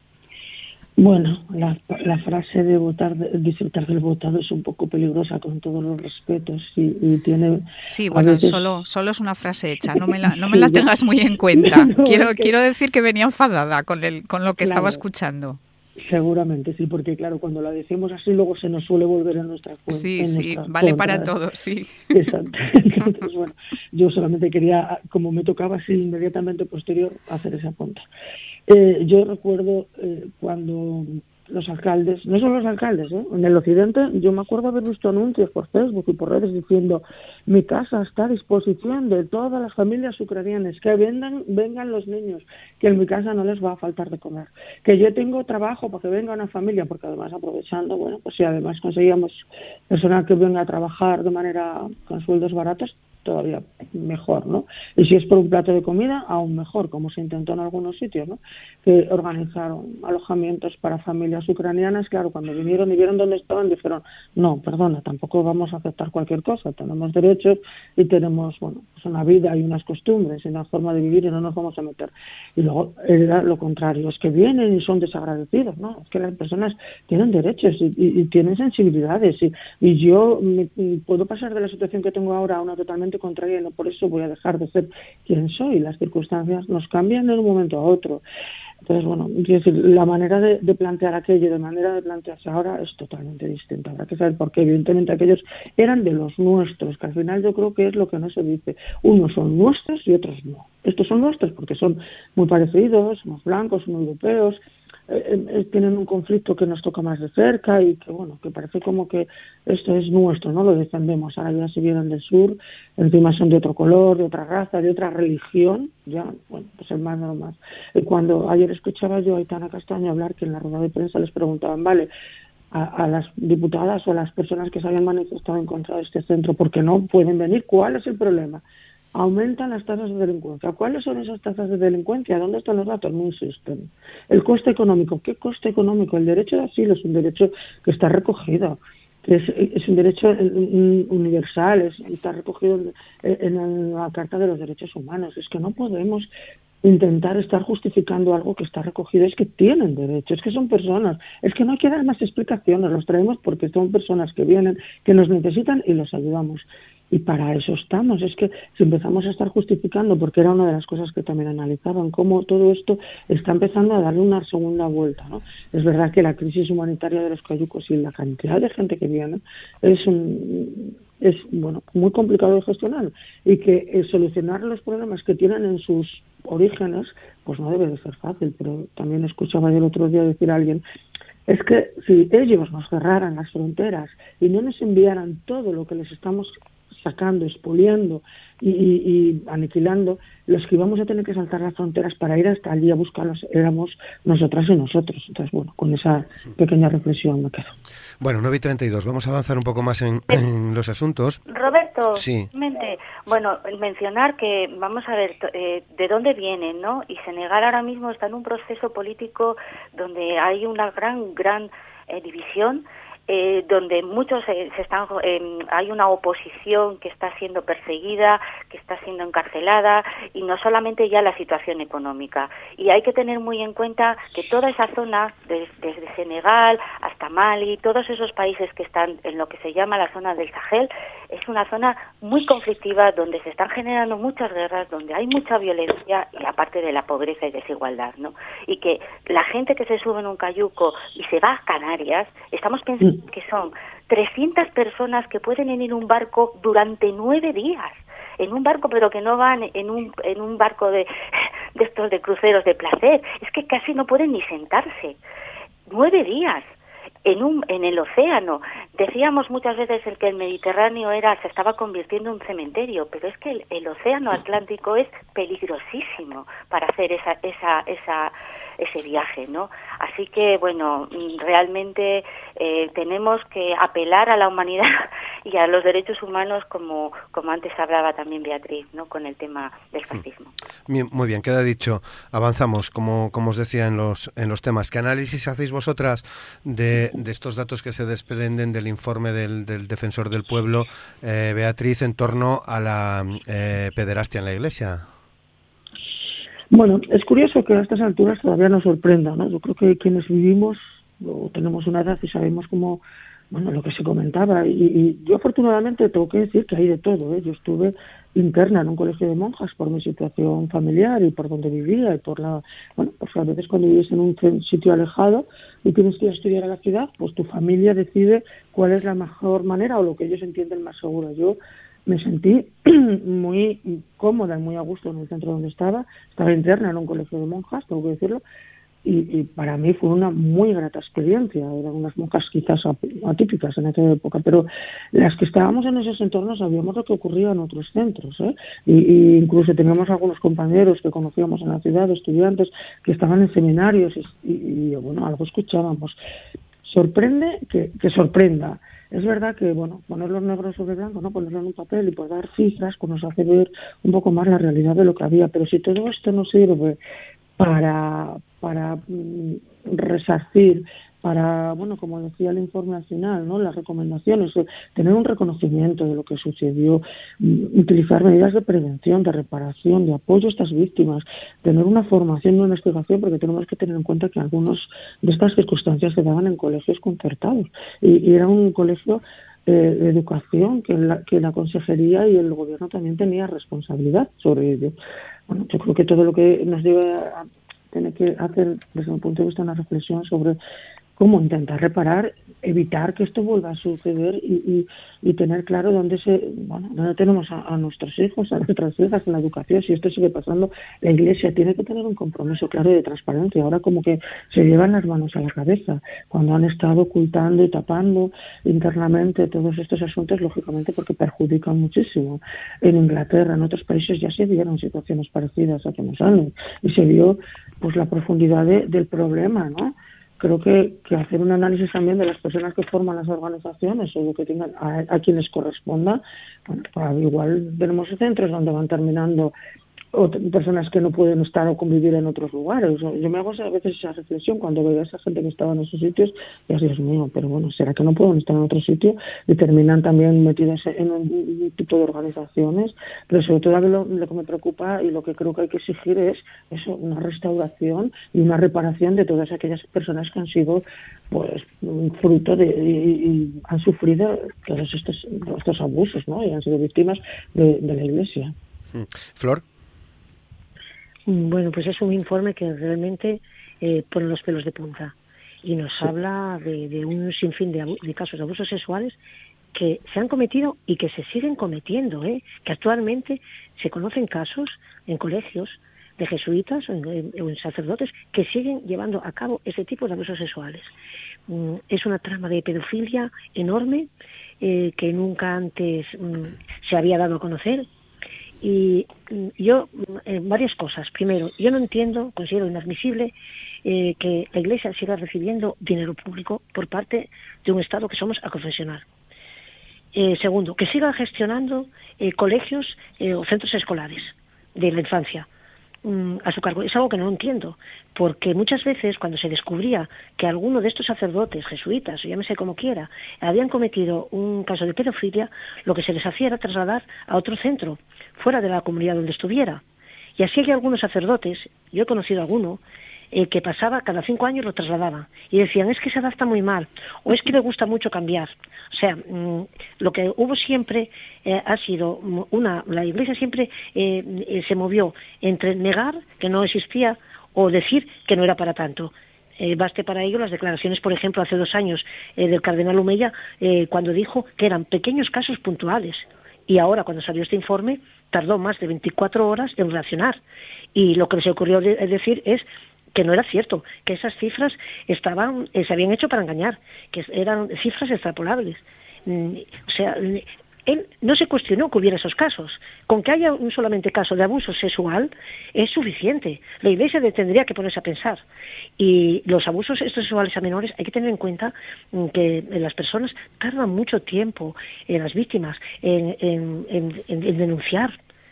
Bueno, la, la frase de votar, de disfrutar del votado es un poco peligrosa con todos los respetos y, y tiene... Sí, bueno, veces... solo solo es una frase hecha, no me la, no me la tengas muy en cuenta. No, quiero que... quiero decir que venía enfadada con, el, con lo que claro, estaba escuchando. Seguramente, sí, porque claro, cuando la decimos así luego se nos suele volver en nuestra cuenta. Sí, en sí, vale contra. Para todo, sí. Exacto. Entonces, bueno, yo solamente quería, como me tocaba así inmediatamente posterior, hacer ese apunte. Eh, yo recuerdo eh, cuando los alcaldes, no son los alcaldes, ¿eh? En el occidente, yo me acuerdo haber visto anuncios por Facebook y por redes diciendo mi casa está a disposición de todas las familias ucranianas, que vengan, vengan los niños, que en mi casa no les va a faltar de comer, que yo tengo trabajo para que venga una familia, porque además aprovechando, bueno, pues si además conseguíamos personal que venga a trabajar de manera con sueldos baratos, todavía mejor, ¿no? Y si es por un plato de comida, aún mejor, como se intentó en algunos sitios, ¿no? Que organizaron alojamientos para familias ucranianas, claro, cuando vinieron y vieron dónde estaban, dijeron, no, perdona, tampoco vamos a aceptar cualquier cosa, tenemos derechos y tenemos, bueno, pues una vida y unas costumbres y una forma de vivir y no nos vamos a meter. Y luego era lo contrario, es que vienen y son desagradecidos, ¿no? Es que las personas tienen derechos y, y, y tienen sensibilidades y, y yo me, puedo pasar de la situación que tengo ahora a una totalmente contraria y no por eso voy a dejar de ser quien soy. Las circunstancias nos cambian de un momento a otro. Entonces, bueno, quiero decir, la manera de, de plantear aquello, de manera de plantearse ahora es totalmente distinta. Habrá que saber por qué. Evidentemente aquellos eran de los nuestros, que al final yo creo que es lo que no se dice. Unos son nuestros y otros no. Estos son nuestros porque son muy parecidos, somos blancos, somos europeos, Eh, eh, tienen un conflicto que nos toca más de cerca y que bueno, que parece como que esto es nuestro, no lo defendemos. Ahora ya se vienen del sur, encima son de otro color, de otra raza, de otra religión, ya, bueno, pues el más normal. Y cuando ayer escuchaba yo a Aitana Castaño hablar, que en la rueda de prensa les preguntaban, vale, a, a las diputadas o a las personas que se habían manifestado en contra de este centro, porque no pueden venir, ¿cuál es el problema? Aumentan las tasas de delincuencia. ¿Cuáles son esas tasas de delincuencia? ¿Dónde están los datos? No existen. El coste económico. ¿Qué coste económico? El derecho de asilo es un derecho que está recogido. Es, es un derecho universal, es, está recogido en, en la Carta de los Derechos Humanos. Es que no podemos intentar estar justificando algo que está recogido. Es que tienen derecho, es que son personas. Es que no hay que dar más explicaciones. Los traemos porque son personas que vienen, que nos necesitan y los ayudamos. Y para eso estamos. Es que si empezamos a estar justificando, porque era una de las cosas que también analizaban, cómo todo esto está empezando a darle una segunda vuelta, ¿no? Es verdad que la crisis humanitaria de los cayucos y la cantidad de gente que viene es un, es bueno muy complicado de gestionar, y que eh, solucionar los problemas que tienen en sus orígenes pues no debe de ser fácil. Pero también escuchaba yo el otro día decir a alguien, es que si ellos nos cerraran las fronteras y no nos enviaran todo lo que les estamos sacando, expoliando y, y, y aniquilando, los que íbamos a tener que saltar las fronteras para ir hasta allí a buscarlos éramos nosotras y nosotros. Entonces, bueno, con esa pequeña reflexión me quedo. Bueno, nueve y treinta y dos, vamos a avanzar un poco más en, en los asuntos. Roberto, sí. mente, bueno, mencionar que, vamos a ver, eh, de dónde vienen, ¿no? Y Senegal ahora mismo está en un proceso político donde hay una gran, gran eh, división, Eh, donde muchos eh, se están eh, hay una oposición que está siendo perseguida, que está siendo encarcelada, y no solamente ya la situación económica. Y hay que tener muy en cuenta que toda esa zona, de, desde Senegal hasta Mali, todos esos países que están en lo que se llama la zona del Sahel, es una zona muy conflictiva, donde se están generando muchas guerras, donde hay mucha violencia, y aparte de la pobreza y desigualdad, ¿no? Y que la gente que se sube en un cayuco y se va a Canarias, estamos pensando que son trescientas personas que pueden ir en un barco durante nueve días, en un barco, pero que no van en un en un barco de, de estos de cruceros de placer, es que casi no pueden ni sentarse. Nueve días en un en el océano. Decíamos muchas veces el que el Mediterráneo era se estaba convirtiendo en un cementerio, pero es que el, el océano Atlántico es peligrosísimo para hacer esa esa esa ese viaje, ¿no? Así que, bueno, realmente eh, tenemos que apelar a la humanidad y a los derechos humanos, como como antes hablaba también Beatriz, ¿no? Con el tema del fascismo. Bien, muy bien, queda dicho. Avanzamos, como como os decía en los en los temas. ¿Qué análisis hacéis vosotras de, de estos datos que se desprenden del informe del, del Defensor del Pueblo, eh, Beatriz, en torno a la eh, pederastia en la Iglesia? Bueno, es curioso que a estas alturas todavía nos sorprenda, ¿no? Yo creo que quienes vivimos o tenemos una edad y sabemos cómo, bueno, lo que se comentaba, y, y yo afortunadamente tengo que decir que hay de todo, ¿eh? Yo estuve interna en un colegio de monjas por mi situación familiar y por donde vivía y por la, bueno, pues a veces cuando vives en un sitio alejado y tienes que ir a estudiar a la ciudad, pues tu familia decide cuál es la mejor manera o lo que ellos entienden más seguro. Yo me sentí muy cómoda y muy a gusto en el centro donde estaba. Estaba interna en un colegio de monjas, tengo que decirlo, y, y para mí fue una muy grata experiencia. Eran unas monjas quizás atípicas en aquella época, pero las que estábamos en esos entornos sabíamos lo que ocurría en otros centros, ¿eh? Y, y incluso teníamos algunos compañeros que conocíamos en la ciudad, estudiantes que estaban en seminarios, y, y, y bueno, algo escuchábamos. Sorprende que, que sorprenda. Es verdad que, bueno, ponerlo negro sobre blanco, no ponerlo en un papel y pues dar cifras, pues nos hace ver un poco más la realidad de lo que había. Pero si todo esto no sirve para, para mm, resarcir, para, bueno, como decía el informe al final, ¿no? Las recomendaciones, tener un reconocimiento de lo que sucedió, utilizar medidas de prevención, de reparación, de apoyo a estas víctimas, tener una formación y una investigación, porque tenemos que tener en cuenta que algunas de estas circunstancias se daban en colegios concertados y, y era un colegio eh, de educación que la, que la consejería y el gobierno también tenía responsabilidad sobre ello. Bueno, yo creo que todo lo que nos debe a, tiene que hacer desde un punto de vista una reflexión sobre cómo intentar reparar evitar que esto vuelva a suceder y, y, y tener claro dónde se bueno dónde tenemos a, a nuestros hijos, a nuestras hijas en la educación. Si esto sigue pasando, la Iglesia tiene que tener un compromiso claro de transparencia. Ahora como que se llevan las manos a la cabeza cuando han estado ocultando y tapando internamente todos estos asuntos, lógicamente porque perjudican muchísimo. En Inglaterra, en otros países ya se vieron situaciones parecidas hace unos años y se vio pues la profundidad de, del problema, ¿no? Creo que, que hacer un análisis también de las personas que forman las organizaciones o lo que tengan a, a quienes corresponda. Bueno, pues igual tenemos centros donde van terminando o personas que no pueden estar o convivir en otros lugares. Yo me hago a veces esa reflexión cuando veo a esa gente que estaba en esos sitios y así, Dios mío, pero bueno, ¿será que no pueden estar en otro sitio? Y terminan también metidas en un tipo de organizaciones. Pero sobre todo lo, lo que me preocupa y lo que creo que hay que exigir es eso, una restauración y una reparación de todas aquellas personas que han sido pues fruto de y, y han sufrido todos estos, estos abusos, ¿no? Y han sido víctimas de, de la Iglesia. Flor. Bueno, pues es un informe que realmente eh, pone los pelos de punta y nos sí. habla de, de un sinfín de, de casos de abusos sexuales que se han cometido y que se siguen cometiendo, ¿eh? Que actualmente se conocen casos en colegios de jesuitas o en, en, en sacerdotes que siguen llevando a cabo ese tipo de abusos sexuales. Mm, es una trama de pedofilia enorme eh, que nunca antes mm, se había dado a conocer. Y yo, eh, varias cosas. Primero, yo no entiendo, considero inadmisible eh, que la Iglesia siga recibiendo dinero público por parte de un Estado que somos aconfesional. Eh, segundo, que siga gestionando eh, colegios eh, o centros escolares de la infancia mm, a su cargo. Es algo que no entiendo, porque muchas veces cuando se descubría que alguno de estos sacerdotes, jesuitas, o llámese como quiera, habían cometido un caso de pedofilia, lo que se les hacía era trasladar a otro centro, fuera de la comunidad donde estuviera. Y así hay algunos sacerdotes, yo he conocido alguno, eh, que pasaba, cada cinco años lo trasladaban. Y decían, es que se adapta muy mal, o es que le gusta mucho cambiar. O sea, mmm, lo que hubo siempre eh, ha sido una... La Iglesia siempre eh, eh, se movió entre negar que no existía o decir que no era para tanto. Eh, baste para ello las declaraciones, por ejemplo, hace dos años eh, del cardenal Omeya, eh, cuando dijo que eran pequeños casos puntuales. Y ahora, cuando salió este informe, tardó más de veinticuatro horas en reaccionar. Y lo que se ocurrió de decir es que no era cierto, que esas cifras estaban, eh, se habían hecho para engañar, que eran cifras extrapolables. Mm, o sea, él no se cuestionó que hubiera esos casos. Con que haya un solamente caso de abuso sexual es suficiente. La Iglesia tendría que ponerse a pensar. Y los abusos sexuales a menores hay que tener en cuenta que las personas tardan mucho tiempo, en las víctimas, en, en, en, en denunciar.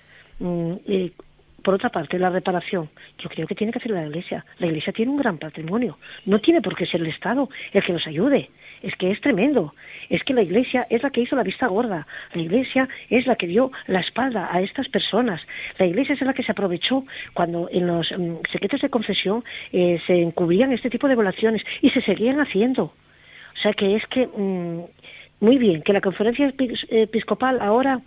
Eh, Por otra parte, la reparación, yo creo que tiene que hacer la Iglesia. La Iglesia tiene un gran patrimonio. No tiene por qué ser el Estado el que nos ayude. Es que es tremendo. Es que la Iglesia es la que hizo la vista gorda. La Iglesia es la que dio la espalda a estas personas. La Iglesia es la que se aprovechó cuando en los um, secretos de confesión eh, se encubrían este tipo de violaciones y se seguían haciendo. O sea que es que, um, muy bien, que la conferencia episcopal ahora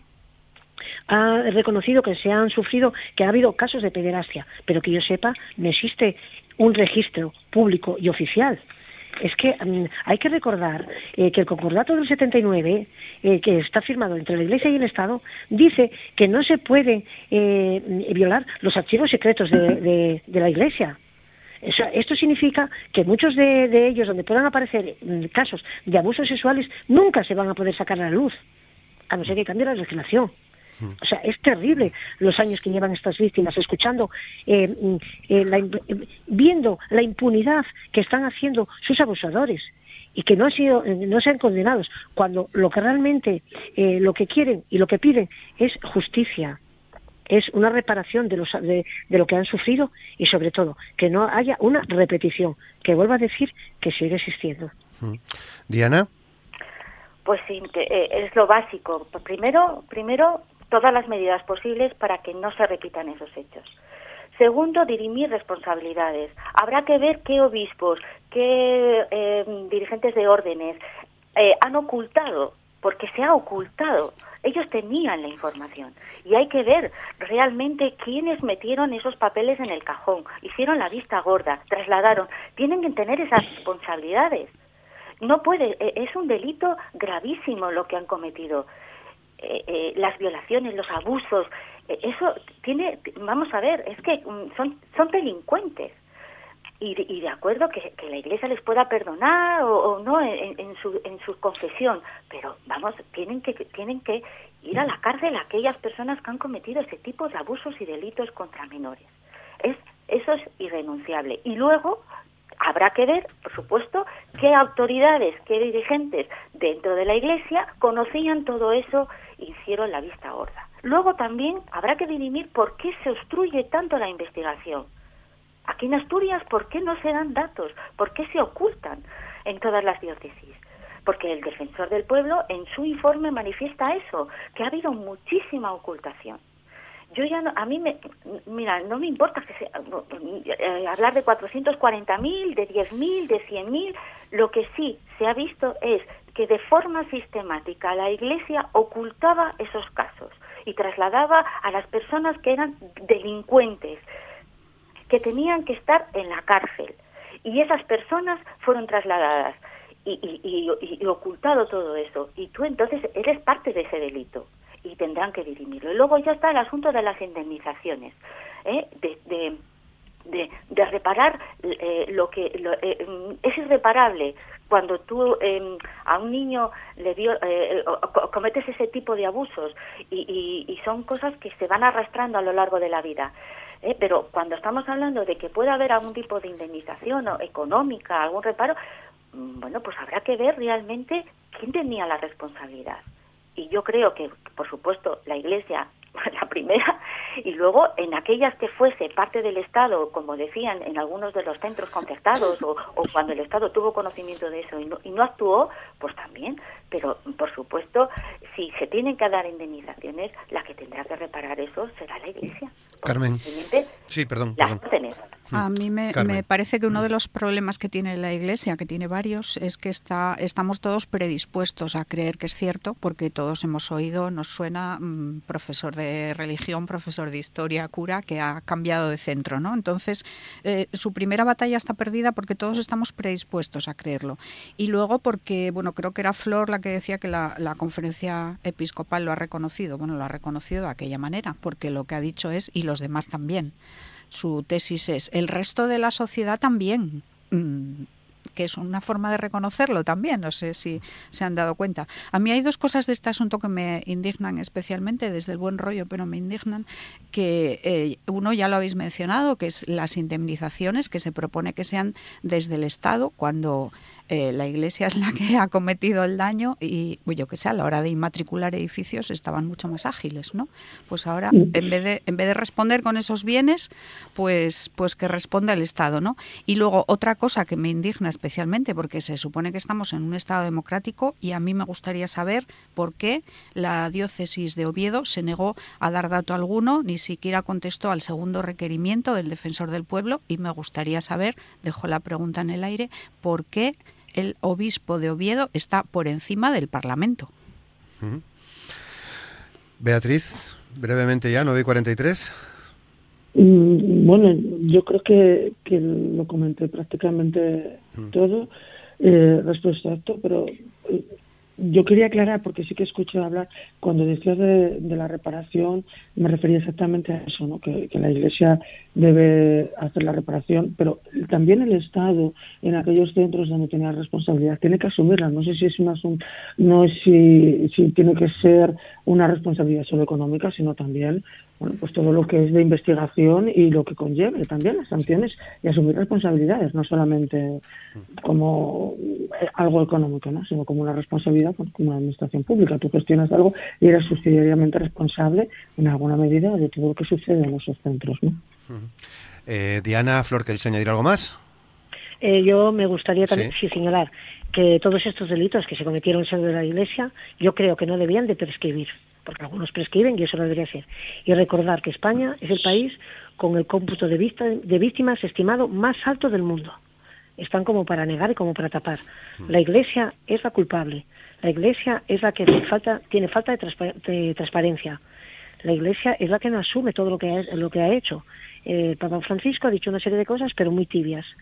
ha reconocido que se han sufrido, que ha habido casos de pederastia, pero que yo sepa, no existe un registro público y oficial. Es que um, hay que recordar eh, que el concordato del setenta y nueve, eh, que está firmado entre la Iglesia y el Estado, dice que no se pueden eh, violar los archivos secretos de, de, de la Iglesia. O sea, esto significa que muchos de, de ellos, donde puedan aparecer mm, casos de abusos sexuales, nunca se van a poder sacar a la luz, a no ser que cambie la legislación. O sea, es terrible los años que llevan estas víctimas, escuchando, eh, eh, la, eh, viendo la impunidad que están haciendo sus abusadores y que no han sido, no sean condenados, cuando lo que realmente, eh, lo que quieren y lo que piden es justicia, es una reparación de, los, de, de lo que han sufrido y sobre todo que no haya una repetición, que vuelva a decir que sigue existiendo. Diana. Pues sí, que, eh, es lo básico. Primero, primero todas las medidas posibles para que no se repitan esos hechos. Segundo, dirimir responsabilidades. Habrá que ver qué obispos, qué eh, dirigentes de órdenes eh, han ocultado, porque se ha ocultado. Ellos tenían la información y hay que ver realmente quiénes metieron esos papeles en el cajón, hicieron la vista gorda, trasladaron. Tienen que tener esas responsabilidades. no puede, eh, es un delito gravísimo lo que han cometido. Eh, eh, las violaciones, los abusos, eh, eso tiene, vamos a ver, es que um, son, son delincuentes. Y de, y de acuerdo que, que la Iglesia les pueda perdonar o, o no en, en, su, en su confesión, pero vamos, tienen que, tienen que ir a la cárcel a aquellas personas que han cometido ese tipo de abusos y delitos contra menores. Es, eso es irrenunciable. Y luego habrá que ver, por supuesto, qué autoridades, qué dirigentes dentro de la Iglesia conocían todo eso e hicieron la vista gorda. Luego también habrá que dirimir por qué se obstruye tanto la investigación. Aquí en Asturias, ¿por qué no se dan datos? ¿Por qué se ocultan en todas las diócesis? Porque el Defensor del Pueblo en su informe manifiesta eso, que ha habido muchísima ocultación. Yo ya no, a mí me, mira, no me importa que sea, eh, hablar de cuatrocientos cuarenta mil, de diez mil, de cien mil, lo que sí se ha visto es que de forma sistemática la Iglesia ocultaba esos casos y trasladaba a las personas que eran delincuentes, que tenían que estar en la cárcel, y esas personas fueron trasladadas y, y, y, y ocultado todo eso, y tú entonces eres parte de ese delito y tendrán que dirimirlo. Y luego ya está el asunto de las indemnizaciones, ¿eh? de, de, de, de reparar eh, lo que lo, eh, es irreparable cuando tú eh, a un niño le dio, eh, cometes ese tipo de abusos y, y, y son cosas que se van arrastrando a lo largo de la vida. Eh, pero cuando estamos hablando de que pueda haber algún tipo de indemnización o económica, algún reparo, bueno, pues habrá que ver realmente quién tenía la responsabilidad. Y yo creo que, por supuesto, la Iglesia, la primera, y luego en aquellas que fuese parte del Estado, como decían en algunos de los centros concertados, o, o cuando el Estado tuvo conocimiento de eso y no, y no actuó, pues también. Pero, por supuesto, si se tienen que dar indemnizaciones, la que tendrá que reparar eso será la Iglesia. Carmen. Sí, perdón. perdón. A mí me, me parece que uno de los problemas que tiene la Iglesia, que tiene varios, es que está, estamos todos predispuestos a creer que es cierto, porque todos hemos oído, nos suena mmm, profesor de religión, profesor de historia, cura, que ha cambiado de centro, ¿no? Entonces, eh, su primera batalla está perdida porque todos estamos predispuestos a creerlo. Y luego porque, bueno, creo que era Flor la que decía que la, la conferencia episcopal lo ha reconocido. Bueno, lo ha reconocido de aquella manera, porque lo que ha dicho es, y los demás también. Su tesis es, el resto de la sociedad también, mm, que es una forma de reconocerlo también, no sé si se han dado cuenta. A mí hay dos cosas de este asunto que me indignan especialmente, desde el buen rollo, pero me indignan, que eh, uno ya lo habéis mencionado, que es las indemnizaciones que se propone que sean desde el Estado, cuando eh, la Iglesia es la que ha cometido el daño y, yo que sé, a la hora de inmatricular edificios estaban mucho más ágiles, ¿no? Pues ahora, en vez de, en vez de responder con esos bienes, pues, pues que responda el Estado, ¿no? Y luego, otra cosa que me indigna especialmente, porque se supone que estamos en un Estado democrático y a mí me gustaría saber por qué la diócesis de Oviedo se negó a dar dato alguno, ni siquiera contestó al segundo requerimiento del Defensor del Pueblo, y me gustaría saber, dejo la pregunta en el aire, por qué el obispo de Oviedo está por encima del Parlamento. Uh-huh. Beatriz, brevemente ya, nueve y cuarenta y tres. Mm, bueno, yo creo que, que lo comenté prácticamente uh-huh. todo eh, respecto a esto, pero eh, yo quería aclarar, porque sí que escuché hablar, cuando decías de, de la reparación, me refería exactamente a eso, ¿no? Que, que la Iglesia debe hacer la reparación, pero también el Estado, en aquellos centros donde tenía responsabilidad, tiene que asumirla. No sé si es un asunto, no es si, si tiene que ser una responsabilidad solo económica, sino también, bueno, pues todo lo que es de investigación y lo que conlleve también las sanciones y asumir responsabilidades, no solamente como algo económico, ¿no? Sino como una responsabilidad como una administración pública. Tú gestionas algo y eres subsidiariamente responsable en alguna medida de todo lo que sucede en esos centros, ¿no? Uh-huh. eh, Diana, Flor, ¿queréis añadir algo más? Eh, yo me gustaría también sí. sí, señalar que todos estos delitos que se cometieron en de la Iglesia, yo creo que no debían de prescribir, porque algunos prescriben y eso no debería ser. Y recordar que España es el país con el cómputo de, vista, de víctimas estimado más alto del mundo. Están como para negar y como para tapar. La Iglesia es la culpable. La Iglesia es la que falta, tiene falta de, transpa- de transparencia. La Iglesia es la que no asume todo lo que ha, lo que ha hecho. El Papa Francisco ha dicho una serie de cosas, pero muy tibias.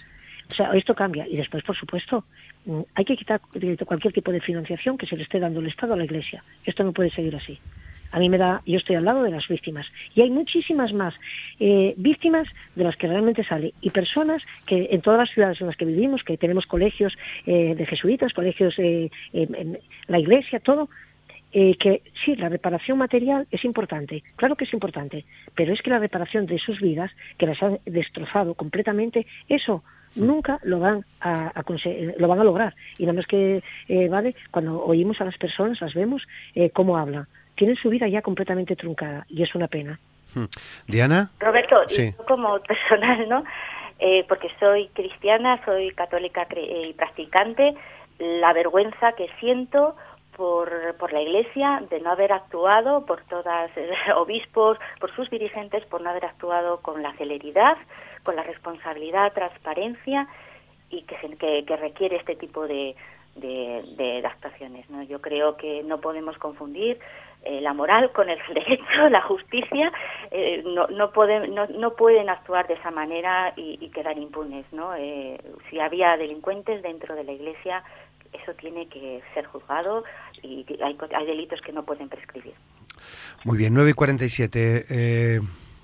O sea, esto cambia. Y después, por supuesto, hay que quitar cualquier tipo de financiación que se le esté dando el Estado a la Iglesia. Esto no puede seguir así. A mí me da, yo estoy al lado de las víctimas. Y hay muchísimas más eh, víctimas de las que realmente sale. Y personas que en todas las ciudades en las que vivimos, que tenemos colegios eh, de jesuitas, colegios, eh, eh, en la Iglesia, todo, eh, que sí, la reparación material es importante. Claro que es importante. Pero es que la reparación de sus vidas, que las han destrozado completamente, eso nunca lo van a, a lo van a lograr. Y nada más que, eh, vale, cuando oímos a las personas, las vemos, eh, cómo hablan. Tienen su vida ya completamente truncada y es una pena. Diana. Roberto, sí. y yo como personal, ¿no? Eh, porque soy cristiana, soy católica y practicante, la vergüenza que siento por, por la Iglesia de no haber actuado, por todas eh, obispos, por sus dirigentes, por no haber actuado con la celeridad, con la responsabilidad, transparencia y que, que, que requiere este tipo de, de, de, de actuaciones, ¿no? Yo creo que no podemos confundir eh, la moral con el derecho, la justicia, eh, no, no, pueden, no, no pueden actuar de esa manera y, y quedar impunes, ¿no? Eh, si había delincuentes dentro de la Iglesia, eso tiene que ser juzgado y hay, hay delitos que no pueden prescribir. Muy bien, nueve y cuarenta y siete. Eh,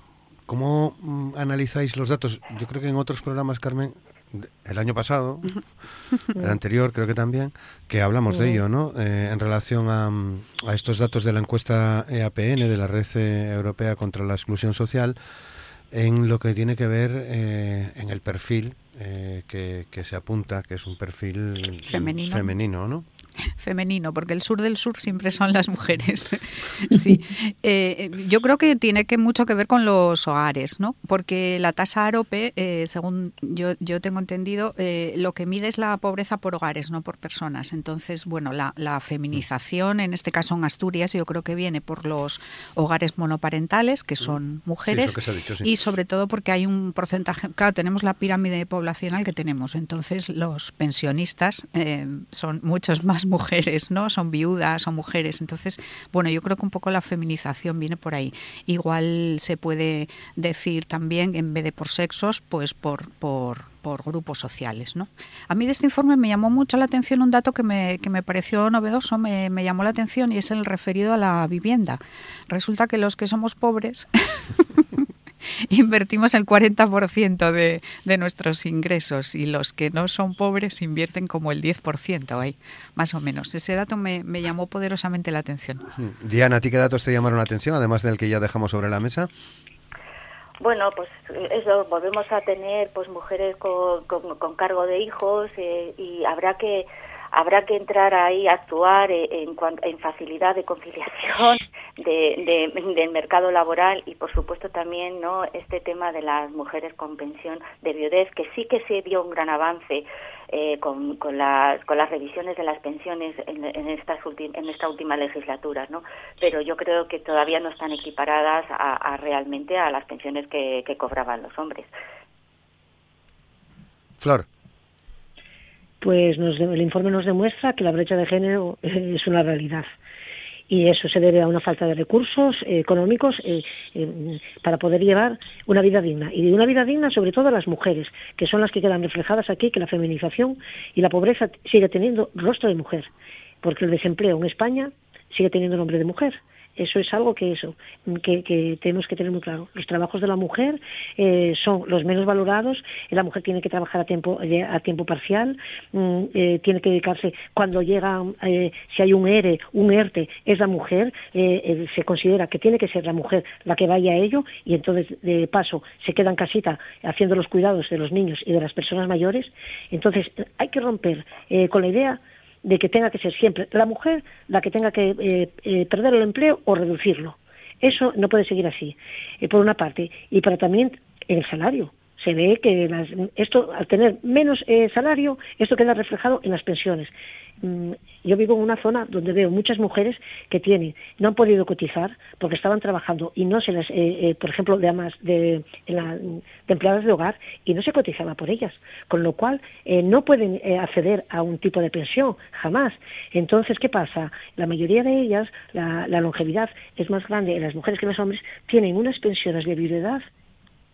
¿Cómo mm, analizáis los datos? Yo creo que en otros programas, Carmen, el año pasado, el anterior creo que también, que hablamos de ello, ¿no? Eh, en relación a, a estos datos de la encuesta E A P N, de la Red Europea contra la Exclusión Social, en lo que tiene que ver eh, en el perfil eh, que, que se apunta, que es un perfil femenino, femenino, ¿no? Femenino, porque el sur del sur siempre son las mujeres. Sí, eh, yo creo que tiene que mucho que ver con los hogares, ¿no? Porque la tasa AROPE, eh, según yo, yo tengo entendido, eh, lo que mide es la pobreza por hogares, no por personas. Entonces, bueno, la, la feminización, en este caso en Asturias, yo creo que viene por los hogares monoparentales, que son mujeres, sí, eso que se ha dicho, sí. Y sobre todo porque hay un porcentaje, claro, tenemos la pirámide poblacional que tenemos, entonces los pensionistas eh, son muchos más mujeres, ¿no? Son viudas, son mujeres. Entonces, bueno, yo creo que un poco la feminización viene por ahí. Igual se puede decir también, en vez de por sexos, pues por, por, por grupos sociales, ¿no? A mí de este informe me llamó mucho la atención un dato que me, que me pareció novedoso, me, me llamó la atención y es el referido a la vivienda. Resulta que los que somos pobres invertimos el cuarenta por ciento de, de nuestros ingresos y los que no son pobres invierten como el diez por ciento ahí, más o menos. Ese dato me, me llamó poderosamente la atención. Diana, ¿a ti qué datos te llamaron la atención, además del que ya dejamos sobre la mesa? Bueno, pues eso, volvemos a tener pues mujeres con, con, con cargo de hijos eh, y habrá que habrá que entrar ahí a actuar en, en facilidad de conciliación de, de, del mercado laboral y por supuesto también no este tema de las mujeres con pensión de viudez, que sí que se dio un gran avance eh, con, con, las, con las revisiones de las pensiones en, en, estas ulti- en esta última legislatura, ¿no? Pero yo creo que todavía no están equiparadas a, a realmente a las pensiones que, que cobraban los hombres. Flor. Pues nos, el informe nos demuestra que la brecha de género es una realidad. Y eso se debe a una falta de recursos eh, económicos eh, eh, para poder llevar una vida digna. Y de una vida digna sobre todo a las mujeres, que son las que quedan reflejadas aquí, que la feminización y la pobreza sigue teniendo rostro de mujer. Porque el desempleo en España sigue teniendo nombre de mujer. Eso es algo que eso que, que tenemos que tener muy claro. Los trabajos de la mujer eh, son los menos valorados. La mujer tiene que trabajar a tiempo a tiempo parcial, mm, eh, tiene que dedicarse cuando llega, eh, si hay un E R E, un E R T E, es la mujer, eh, eh, se considera que tiene que ser la mujer la que vaya a ello y entonces de paso se queda en casita haciendo los cuidados de los niños y de las personas mayores. Entonces hay que romper eh, con la idea de que tenga que ser siempre la mujer la que tenga que eh, eh, perder el empleo o reducirlo. Eso no puede seguir así, eh, por una parte. Y para también el salario. Se ve que las, esto, al tener menos eh, salario, esto queda reflejado en las pensiones. Mm, yo vivo en una zona donde veo muchas mujeres que tienen, no han podido cotizar porque estaban trabajando y no se les, eh, eh, por ejemplo, de amas de, en la, de empleadas de hogar y no se cotizaba por ellas, con lo cual eh, no pueden eh, acceder a un tipo de pensión jamás. Entonces, ¿qué pasa? La mayoría de ellas, la, la longevidad es más grande en las mujeres que en los hombres, tienen unas pensiones de viudedad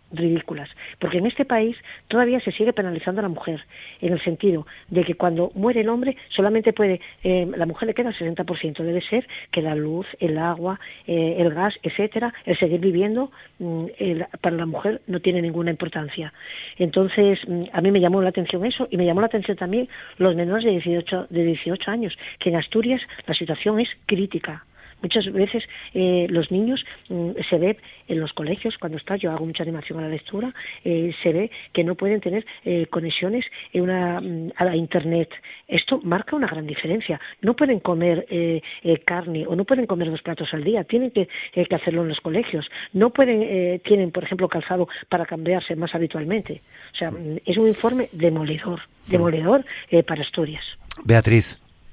ridículas, porque en este país todavía se sigue penalizando a la mujer, en el sentido de que cuando muere el hombre solamente puede, eh, la mujer le queda el sesenta por ciento, debe ser que la luz, el agua, eh, el gas, etcétera, el seguir viviendo, mm, el, para la mujer no tiene ninguna importancia. Entonces, mm, a mí me llamó la atención eso, y me llamó la atención también los menores de dieciocho, de dieciocho años, que en Asturias la situación es crítica. Muchas veces eh, los niños mm, se ve en los colegios, cuando está, yo hago mucha animación a la lectura, eh, se ve que no pueden tener eh, conexiones en una, mm, a la internet. Esto marca una gran diferencia. No pueden comer eh, eh, carne o no pueden comer dos platos al día, tienen que, eh, que hacerlo en los colegios. No pueden, eh, tienen, por ejemplo, calzado para cambiarse más habitualmente. O sea, mm, es un informe demoledor, demoledor eh, para Asturias. Beatriz.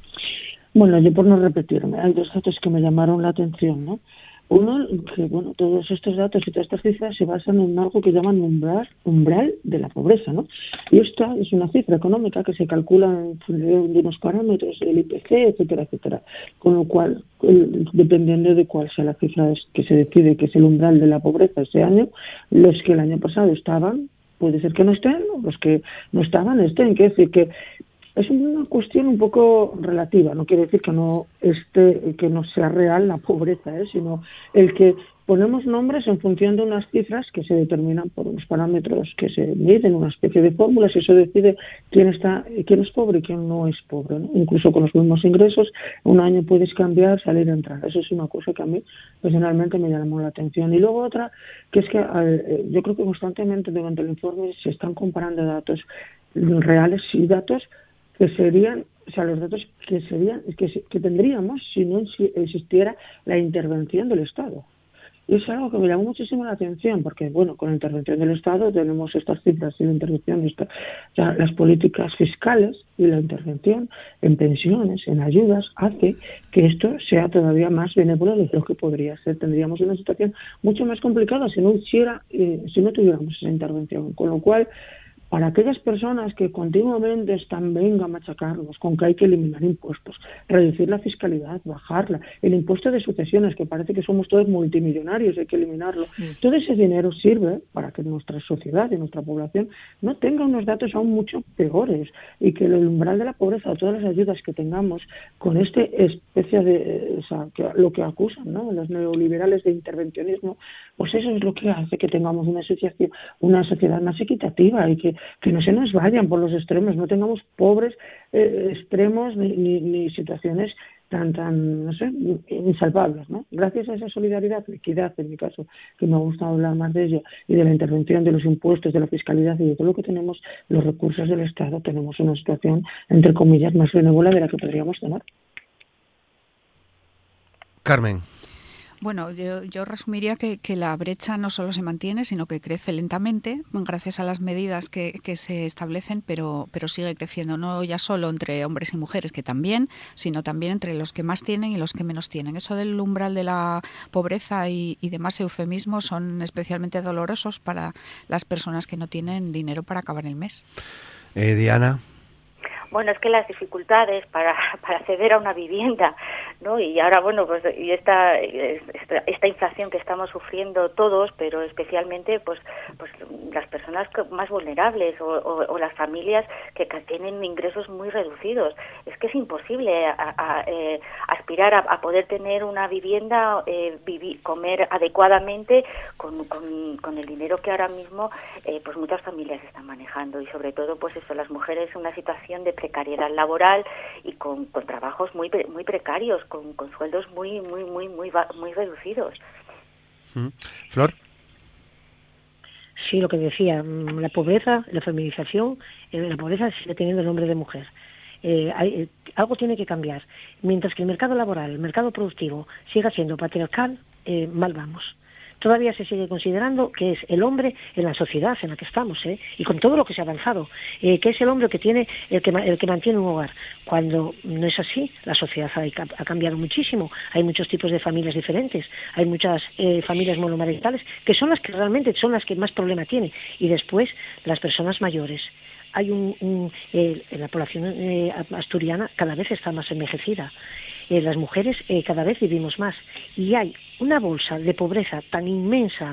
Bueno, yo por no repetirme, hay dos datos que me llamaron la atención, ¿no? Uno, que bueno, todos estos datos y todas estas cifras se basan en algo que llaman umbral, umbral de la pobreza, ¿no? Y esta es una cifra económica que se calcula en función de unos parámetros, el I P C, etcétera, etcétera. Con lo cual, el, dependiendo de cuál sea la cifra que se decide que es el umbral de la pobreza ese año, los que el año pasado estaban, puede ser que no estén, los que no estaban estén. Quiere decir que es una cuestión un poco relativa, no quiere decir que no esté, que no sea real la pobreza, ¿eh? Sino el que ponemos nombres en función de unas cifras que se determinan por unos parámetros que se miden, una especie de fórmulas, y eso decide quién está, quién es pobre y quién no es pobre, ¿no? Incluso con los mismos ingresos, un año puedes cambiar, salir, entrar. Eso es una cosa que a mí personalmente me llamó la atención. Y luego otra, que es que eh, yo creo que constantemente durante el informe se están comparando datos reales y datos que serían, o sea, los datos que serían, que, que tendríamos si no existiera la intervención del Estado. Y es algo que me llamó muchísimo la atención, porque, bueno, con la intervención del Estado tenemos estas cifras y la intervención, esta, o sea, las políticas fiscales y la intervención en pensiones, en ayudas, hace que esto sea todavía más benévolo de lo que podría ser. Tendríamos una situación mucho más complicada si no hiciera, eh, si no tuviéramos esa intervención. Con lo cual, para aquellas personas que continuamente están, venga a machacarnos con que hay que eliminar impuestos, reducir la fiscalidad, bajarla, el impuesto de sucesiones, que parece que somos todos multimillonarios, hay que eliminarlo, sí. Todo ese dinero sirve para que nuestra sociedad y nuestra población no tenga unos datos aún mucho peores, y que el umbral de la pobreza, todas las ayudas que tengamos con este especie de, o sea, que, lo que acusan, ¿no?, los neoliberales de intervencionismo, pues eso es lo que hace que tengamos una asociación, una sociedad más equitativa, y que que no se nos vayan por los extremos, no tengamos pobres eh, extremos ni, ni, ni situaciones tan, tan, no sé, insalvables, ¿no? Gracias a esa solidaridad, equidad, en mi caso, que me ha gustado hablar más de ello, y de la intervención de los impuestos, de la fiscalidad y de todo lo que tenemos, los recursos del Estado, tenemos una situación, entre comillas, más benévola de la que podríamos tener. Carmen. Bueno, yo, yo resumiría que, que la brecha no solo se mantiene, sino que crece lentamente gracias a las medidas que, que se establecen, pero, pero sigue creciendo, no ya solo entre hombres y mujeres, que también, sino también entre los que más tienen y los que menos tienen. Eso del umbral de la pobreza y, y demás eufemismos son especialmente dolorosos para las personas que no tienen dinero para acabar el mes. Eh, Diana. Bueno, es que las dificultades para, para acceder a una vivienda, ¿no? Y ahora, bueno, pues y esta, esta esta inflación que estamos sufriendo todos, pero especialmente pues pues las personas más vulnerables o, o, o las familias que tienen ingresos muy reducidos. Es que es imposible a, a, eh, aspirar a, a poder tener una vivienda, eh, vivir, comer adecuadamente con, con, con el dinero que ahora mismo eh, pues muchas familias están manejando, y sobre todo pues eso, las mujeres en una situación de precariedad laboral y con, con trabajos muy muy precarios, con, con sueldos muy muy muy muy muy reducidos. Flor. Sí, lo que decía, la pobreza, la feminización, eh, la pobreza sigue teniendo el nombre de mujer. Eh, hay, eh, algo tiene que cambiar. Mientras que el mercado laboral, el mercado productivo siga siendo patriarcal, eh, mal vamos. Todavía se sigue considerando que es el hombre en la sociedad en la que estamos, ¿eh? Y con todo lo que se ha avanzado, eh, que es el hombre que tiene el que, el que mantiene un hogar. Cuando no es así, la sociedad ha, ha cambiado muchísimo. Hay muchos tipos de familias diferentes, hay muchas eh, familias monomarentales que son las que realmente son las que más problema tienen. Y después, las personas mayores. Hay un, un eh, la población eh, asturiana cada vez está más envejecida. Eh, las mujeres eh, cada vez vivimos más, y hay una bolsa de pobreza tan inmensa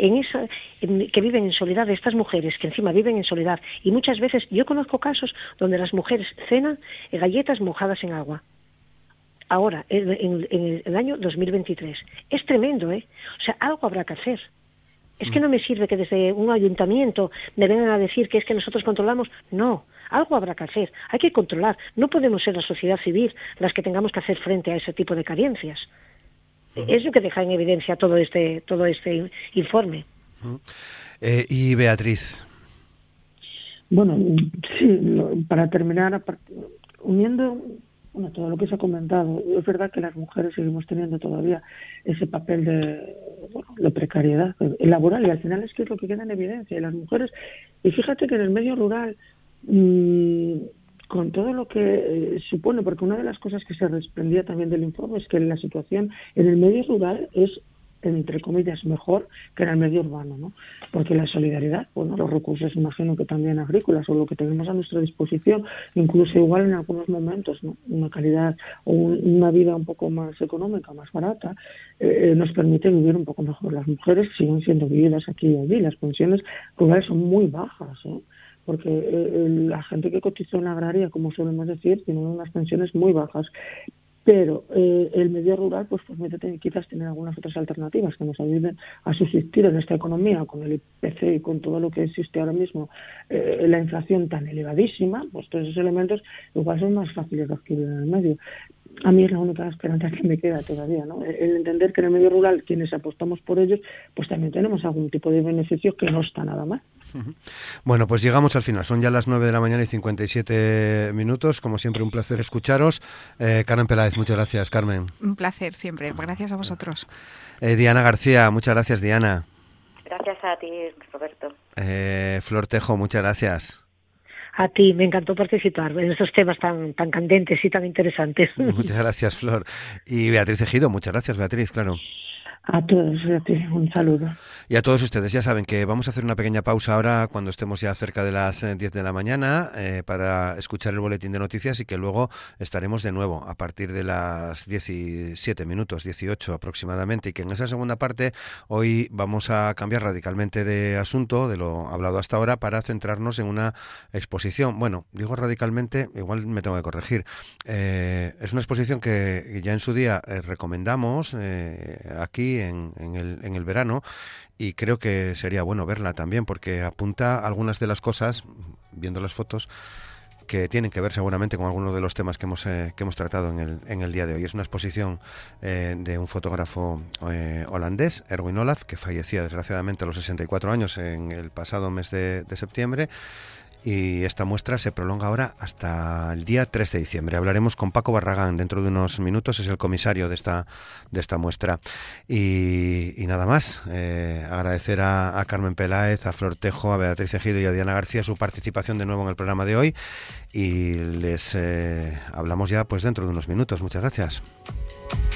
en esa, en, que viven en soledad, de estas mujeres que encima viven en soledad. Y muchas veces, yo conozco casos donde las mujeres cenan galletas mojadas en agua. Ahora, en, en, en el año dos mil veintitrés. Es tremendo, ¿eh? O sea, algo habrá que hacer. Es que no me sirve que desde un ayuntamiento me vengan a decir que es que nosotros controlamos. No, algo habrá que hacer. Hay que controlar. No podemos ser la sociedad civil las que tengamos que hacer frente a ese tipo de carencias. Uh-huh. Es lo que deja en evidencia todo este todo este informe. Uh-huh. Eh, y Beatriz. Bueno, sí, lo, para terminar, uniendo bueno, todo lo que se ha comentado, es verdad que las mujeres seguimos teniendo todavía ese papel de, bueno, de precariedad laboral, y al final es que es lo que queda en evidencia. Y las mujeres, y fíjate que en el medio rural, mmm, con todo lo que eh, supone, porque una de las cosas que se desprendía también del informe es que la situación en el medio rural es, entre comillas, mejor que en el medio urbano, ¿no? Porque la solidaridad, bueno, los recursos, imagino que también agrícolas, o lo que tenemos a nuestra disposición, incluso igual en algunos momentos, ¿no? Una calidad o un, una vida un poco más económica, más barata, eh, nos permite vivir un poco mejor. Las mujeres siguen siendo vividas aquí y allí, las pensiones rurales son muy bajas, ¿eh? Porque eh, la gente que cotizó en la agraria, como solemos decir, tiene unas pensiones muy bajas. Pero eh, el medio rural pues permite quizás tener algunas otras alternativas que nos ayuden a subsistir en esta economía, con el I P C y con todo lo que existe ahora mismo, eh, la inflación tan elevadísima, pues todos esos elementos igual son más fáciles de adquirir en el medio. A mí es la única esperanza que me queda todavía, ¿no? El entender que en el medio rural, quienes apostamos por ellos, pues también tenemos algún tipo de beneficio que no está nada mal. Bueno, pues llegamos al final. Son ya las nueve de la mañana y cincuenta y siete minutos. Como siempre, un placer escucharos. Eh, Carmen Peláez, muchas gracias, Carmen. Un placer siempre. Gracias a vosotros. Eh, Diana García, muchas gracias, Diana. Gracias a ti, Roberto. Eh, Flor Tejo, muchas gracias. A ti, me encantó participar en estos temas tan tan candentes y tan interesantes. Muchas gracias, Flor. Y Beatriz Ejido, muchas gracias, Beatriz, claro. A todos, un saludo. Y a todos ustedes, ya saben que vamos a hacer una pequeña pausa ahora cuando estemos ya cerca de las diez de la mañana eh, para escuchar el boletín de noticias, y que luego estaremos de nuevo a partir de las diecisiete minutos, dieciocho aproximadamente, y que en esa segunda parte hoy vamos a cambiar radicalmente de asunto, de lo hablado hasta ahora, para centrarnos en una exposición. Bueno, digo radicalmente, igual me tengo que corregir. Eh, es una exposición que ya en su día eh, recomendamos eh, aquí En, en, el, en el verano, y creo que sería bueno verla también, porque apunta algunas de las cosas, viendo las fotos, que tienen que ver seguramente con algunos de los temas que hemos eh, que hemos tratado en el, en el día de hoy. Es una exposición eh, de un fotógrafo eh, holandés, Erwin Olaf, que fallecía desgraciadamente a los sesenta y cuatro años en el pasado mes de, de septiembre. Y esta muestra se prolonga ahora hasta el día tres de diciembre. Hablaremos con Paco Barragán dentro de unos minutos, es el comisario de esta de esta muestra. Y, y nada más, eh, agradecer a, a Carmen Peláez, a Flor Tejo, a Beatriz Ejido y a Diana García su participación de nuevo en el programa de hoy. Y les eh, hablamos ya pues dentro de unos minutos. Muchas gracias.